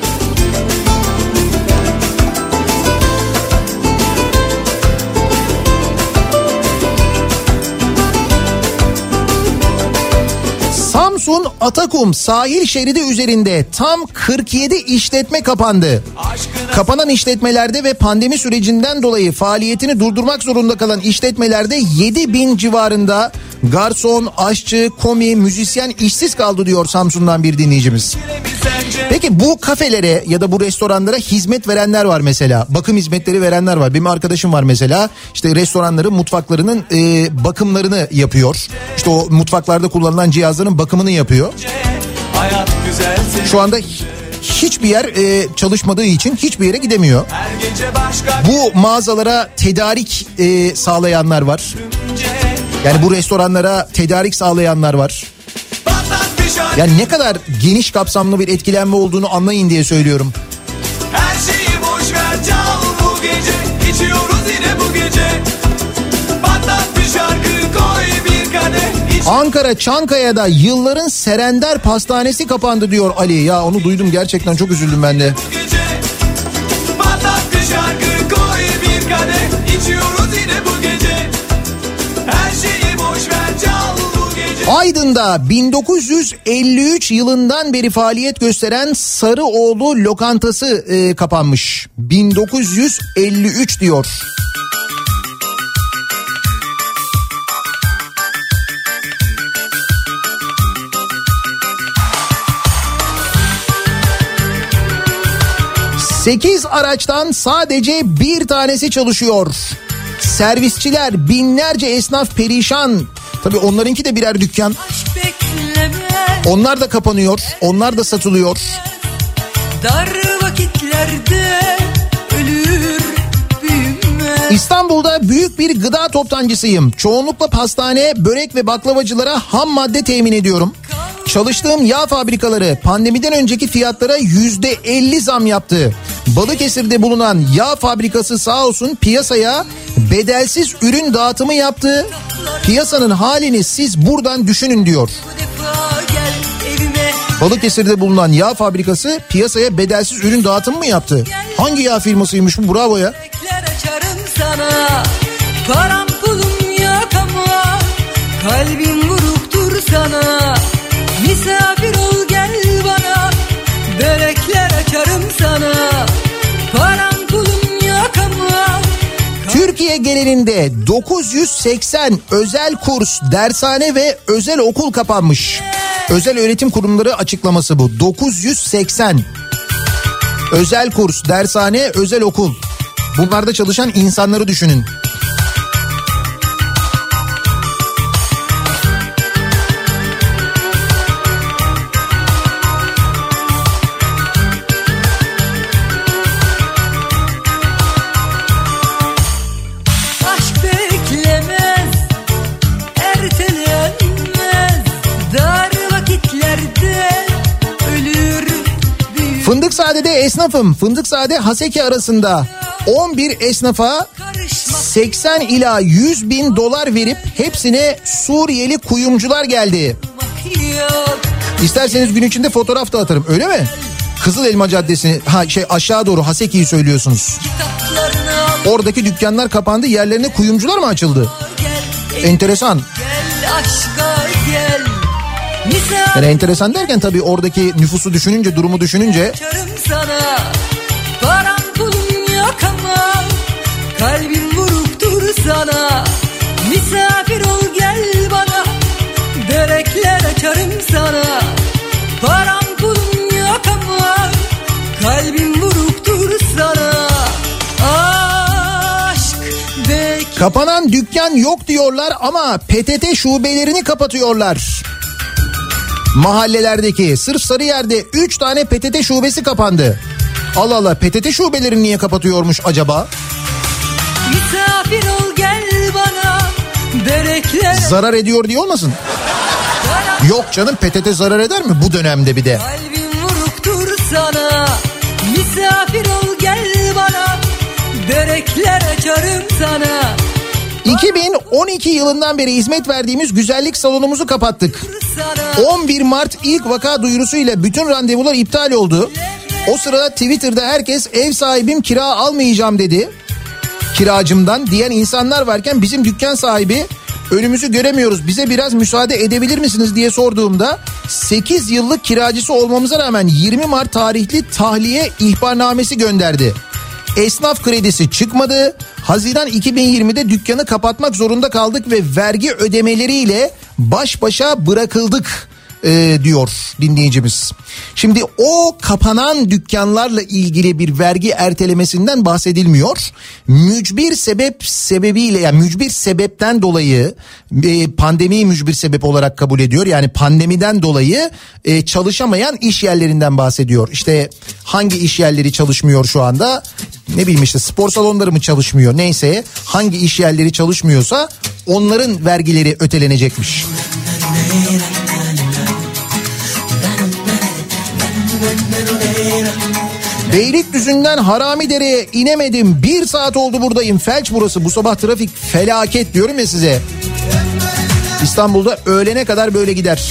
Samsun Atakum sahil şeridi üzerinde tam 47 işletme kapandı. Kapanan işletmelerde ve pandemi sürecinden dolayı faaliyetini durdurmak zorunda kalan işletmelerde 7.000 civarında garson, aşçı, komi, müzisyen işsiz kaldı diyor Samsun'dan bir dinleyicimiz. Peki bu kafelere ya da bu restoranlara hizmet verenler var mesela. Bakım hizmetleri verenler var. Benim arkadaşım var mesela. İşte restoranların mutfaklarının bakımlarını yapıyor. İşte o mutfaklarda kullanılan cihazların bakımını yapıyor. Şu anda hiçbir yer çalışmadığı için hiçbir yere gidemiyor. Bu mağazalara tedarik sağlayanlar var. Yani bu restoranlara tedarik sağlayanlar var. Yani ne kadar geniş kapsamlı bir etkilenme olduğunu anlayın diye söylüyorum. Her şeyi boş ver, çal bu gece, içiyoruz yine bu gece. Patlat bir şarkı, koy bir kadeh. Ankara Çankaya'da yılların Serender Pastanesi kapandı diyor Ali. Ya onu duydum, gerçekten çok üzüldüm ben de. Patlat bir şarkı, koy bir kadeh, içiyoruz yine bu gece. Her şeyi boş ver, çal bu gece. Aydın'da 1953 yılından beri faaliyet gösteren Sarıoğlu lokantası kapanmış. 1953 diyor. Sekiz araçtan sadece bir tanesi çalışıyor. Servisçiler, binlerce esnaf perişan. Tabii onlarınki de birer dükkan. Onlar da kapanıyor, onlar da satılıyor. Dar vakitlerde ölür büyümez. İstanbul'da büyük bir gıda toptancısıyım. Çoğunlukla pastane, börek ve baklavacılara ham madde temin ediyorum. Çalıştığım yağ fabrikaları pandemiden önceki fiyatlara %50 zam yaptı. Balıkesir'de bulunan yağ fabrikası sağ olsun piyasaya bedelsiz ürün dağıtımı yaptı. Piyasanın halini siz buradan düşünün diyor. Balıkesir'de bulunan yağ fabrikası piyasaya bedelsiz ürün dağıtımı mı yaptı? Hangi yağ firmasıymış bu? Bravo ya. Sana, param pulum yok ama kalbim vuruktur sana. Misafir ol gel bana, börekler açarım sana. Param pulum yok ama. Türkiye genelinde 980 özel kurs, dershane ve özel okul kapanmış. Özel öğretim kurumları açıklaması bu. 980 özel kurs, dershane, özel okul. Bunlarda çalışan insanları düşünün. Fındıkzade'de esnafım. Fındıkzade Haseki arasında 11 esnafa 80 ila 100 bin dolar verip hepsine Suriyeli kuyumcular geldi. İsterseniz gün içinde fotoğraf da atarım, öyle mi? Kızılelma Caddesi, aşağı doğru Haseki'yi söylüyorsunuz. Oradaki dükkanlar kapandı, yerlerine kuyumcular mı açıldı? Enteresan. Yani enteresan derken tabii oradaki nüfusu düşününce, durumu düşününce. Sana, param pulum yok ama kalbim vuruktur sana. Misafir ol gel bana, börekler açarım sana. Param pulum yok ama kalbim vuruktur sana. Aşk bek. Kapanan dükkan yok diyorlar ama PTT şubelerini kapatıyorlar. Mahallelerdeki, sırf Sarıyer'de 3 tane PTT şubesi kapandı. Allah Allah, PTT şubelerini niye kapatıyormuş acaba? Misafir ol gel bana. Börekler Zarar ediyor diye olmasın? Yok canım, PTT zarar eder mi bu dönemde bir de? kalbim vuruktur sana. Misafir ol gel bana. Börekler açarım sana. 2012 yılından beri hizmet verdiğimiz güzellik salonumuzu kapattık. 11 Mart ilk vaka duyurusuyla bütün randevular iptal oldu. O sırada Twitter'da herkes ev sahibim kira almayacağım dedi. Kiracımdan diyen insanlar varken bizim dükkan sahibi önümüzü göremiyoruz, bize biraz müsaade edebilir misiniz diye sorduğumda 8 yıllık kiracısı olmamıza rağmen 20 Mart tarihli tahliye ihbarnamesi gönderdi. Esnaf kredisi çıkmadı. Haziran 2020'de dükkanı kapatmak zorunda kaldık ve vergi ödemeleriyle baş başa bırakıldık diyor dinleyicimiz. Şimdi o kapanan dükkanlarla ilgili bir vergi ertelemesinden bahsedilmiyor. Mücbir sebebiyle, yani mücbir sebepten dolayı, pandemiyi mücbir sebep olarak kabul ediyor. Yani pandemiden dolayı çalışamayan iş yerlerinden bahsediyor. İşte hangi iş yerleri çalışmıyor şu anda? Ne bileyim işte spor salonları mı çalışmıyor, neyse hangi iş yerleri çalışmıyorsa onların vergileri ötelenecekmiş. Beylikdüzü'nden Haramidere'ye inemedim. 1 saat oldu buradayım. Felç burası. Bu sabah trafik felaket diyorum ya size. İstanbul'da öğlene kadar böyle gider.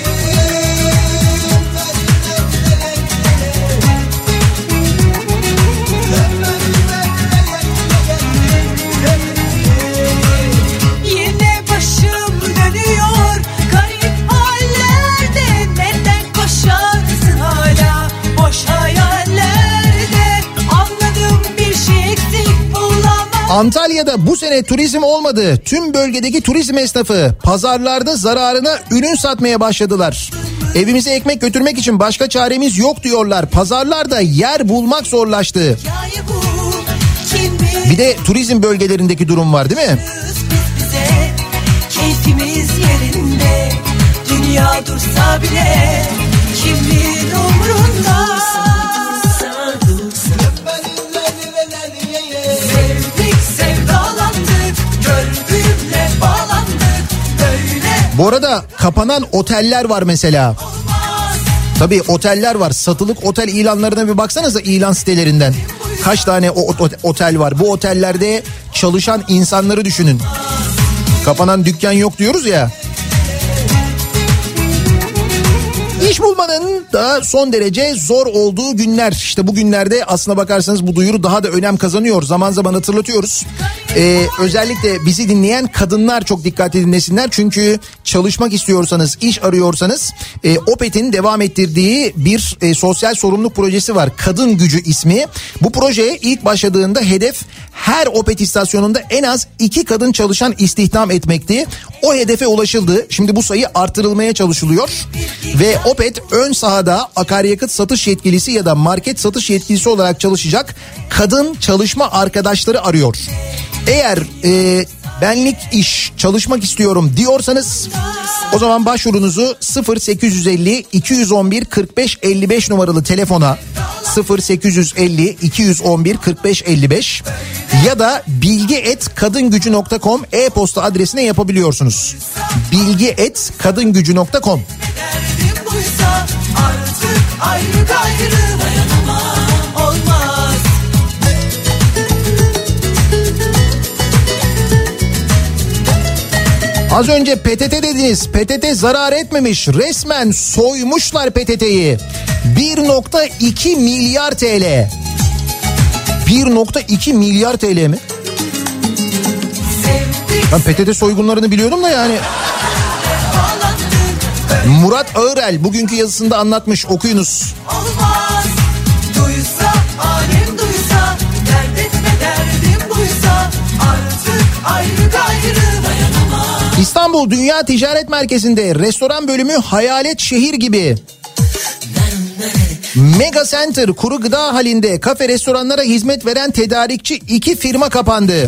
Yine başım dönüyor garip hallerde. Neden koşarsın hala boş hayallerde? Anladım bir şey eksik bulamam. Antalya'da bu sene turizm olmadı. Tüm bölgedeki turizm esnafı pazarlarda zararına ürün satmaya başladılar. Evimize ekmek götürmek için başka çaremiz yok diyorlar. Pazarlarda yer bulmak zorlaştı. Bir de turizm bölgelerindeki durum var değil mi? Bize keyfimiz yerinde. Dünya dursa bile kimin umrunda? Sevdik sevdalandık, gördüğümle bağlandık. Böyle Bu arada kapanan oteller var mesela. Tabii oteller var. Satılık otel ilanlarına bir baksanıza, ilan sitelerinden. Kaç tane otel var? Bu otellerde çalışan insanları düşünün. Kapanan dükkan yok diyoruz ya. İş bulmanın da son derece zor olduğu günler. İşte bu günlerde aslına bakarsanız bu duyuru daha da önem kazanıyor. Zaman zaman hatırlatıyoruz. Özellikle bizi dinleyen kadınlar çok dikkatli dinlesinler. Çünkü çalışmak istiyorsanız, iş arıyorsanız Opet'in devam ettirdiği bir sosyal sorumluluk projesi var. Kadın Gücü ismi. Bu proje ilk başladığında hedef her Opet istasyonunda en az 2 kadın çalışan istihdam etmekti. O hedefe ulaşıldı. Şimdi bu sayı artırılmaya çalışılıyor. Ve Opet ön sahada akaryakıt satış yetkilisi ya da market satış yetkilisi olarak çalışacak kadın çalışma arkadaşları arıyor. Eğer benlik iş çalışmak istiyorum diyorsanız o zaman başvurunuzu 0850 211 45 55 numaralı telefona 0850 211 45 55 ya da bilgi@kadingücü.com e-posta adresine yapabiliyorsunuz. bilgi@kadingücü.com. artık ayrı gayrı dayanamam, olmaz. Az önce PTT dediniz. PTT zarar etmemiş. Resmen soymuşlar PTT'yi. 1.2 milyar TL. 1.2 milyar TL mi? Ben PTT soygunlarını biliyordum da yani. Murat Ağırel bugünkü yazısında anlatmış, okuyunuz. Olmaz. Duysa alem duysa, dert etme derdim buysa, artık ayrı gayrı dayanamam. İstanbul Dünya Ticaret Merkezi'nde restoran bölümü hayalet şehir gibi. Mega Center kuru gıda halinde kafe restoranlara hizmet veren tedarikçi 2 firma kapandı.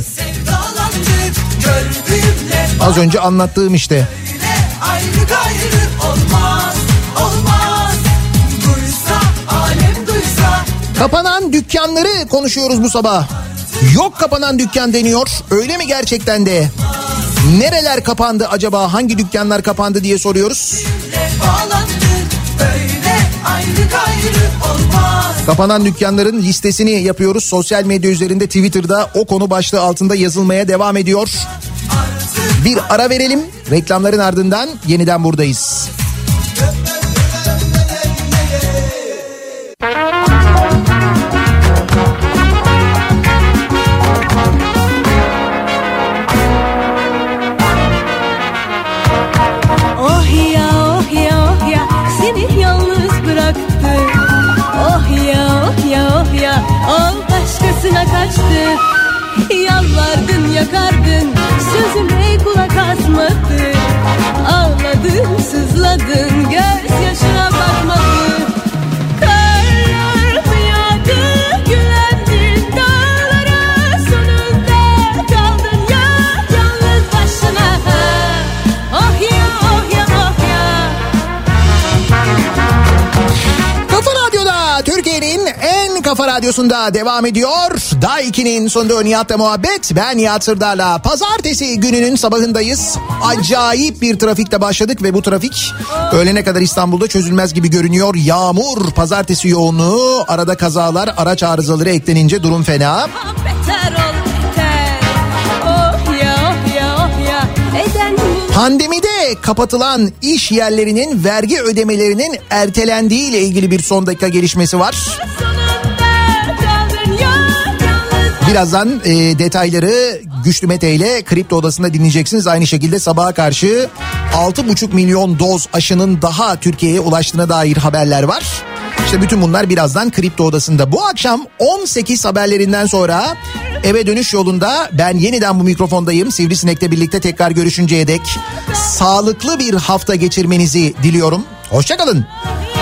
Az önce anlattığım işte. Ayrı gayrı olmaz, olmaz. Duysa alem duysa. Kapanan dükkanları konuşuyoruz bu sabah. Yok kapanan dükkan deniyor. Öyle mi gerçekten de? Nereler kapandı acaba? Hangi dükkanlar kapandı diye soruyoruz. Kapanan dükkanların listesini yapıyoruz. Sosyal medya üzerinde, Twitter'da o konu başlığı altında yazılmaya devam ediyor. Bir ara verelim. Reklamların ardından yeniden buradayız. Kaçtı, yalvardın yakardın, sözüme kulak asmadın. Ağladın sızladın, gözyaşına bakmadın. Karlar mı yağdı, gülendin dağlara. Sonunda kaldın ya yalnız başına. Oh ya oh ya oh ya. Kafa Radyo'da, Türkiye'nin en kafa radyosunda devam ediyor. Day 2'nin sonunda Nihat'la muhabbet. Ben Nihat Sırdar'la. Pazartesi gününün sabahındayız. Acayip bir trafikle başladık ve bu trafik öğlene kadar İstanbul'da çözülmez gibi görünüyor. Yağmur, pazartesi yoğunluğu, arada kazalar, araç arızaları eklenince durum fena. Pandemide kapatılan iş yerlerinin vergi ödemelerinin ertelendiği ile ilgili bir son dakika gelişmesi var. Birazdan detayları Güçlü Mete ile Kripto Odası'nda dinleyeceksiniz. Aynı şekilde sabaha karşı 6,5 milyon doz aşının daha Türkiye'ye ulaştığına dair haberler var. İşte bütün bunlar birazdan Kripto Odası'nda. Bu akşam 18 haberlerinden sonra eve dönüş yolunda ben yeniden bu mikrofondayım. Sivrisinek'le birlikte tekrar görüşünceye dek sağlıklı bir hafta geçirmenizi diliyorum. Hoşça kalın.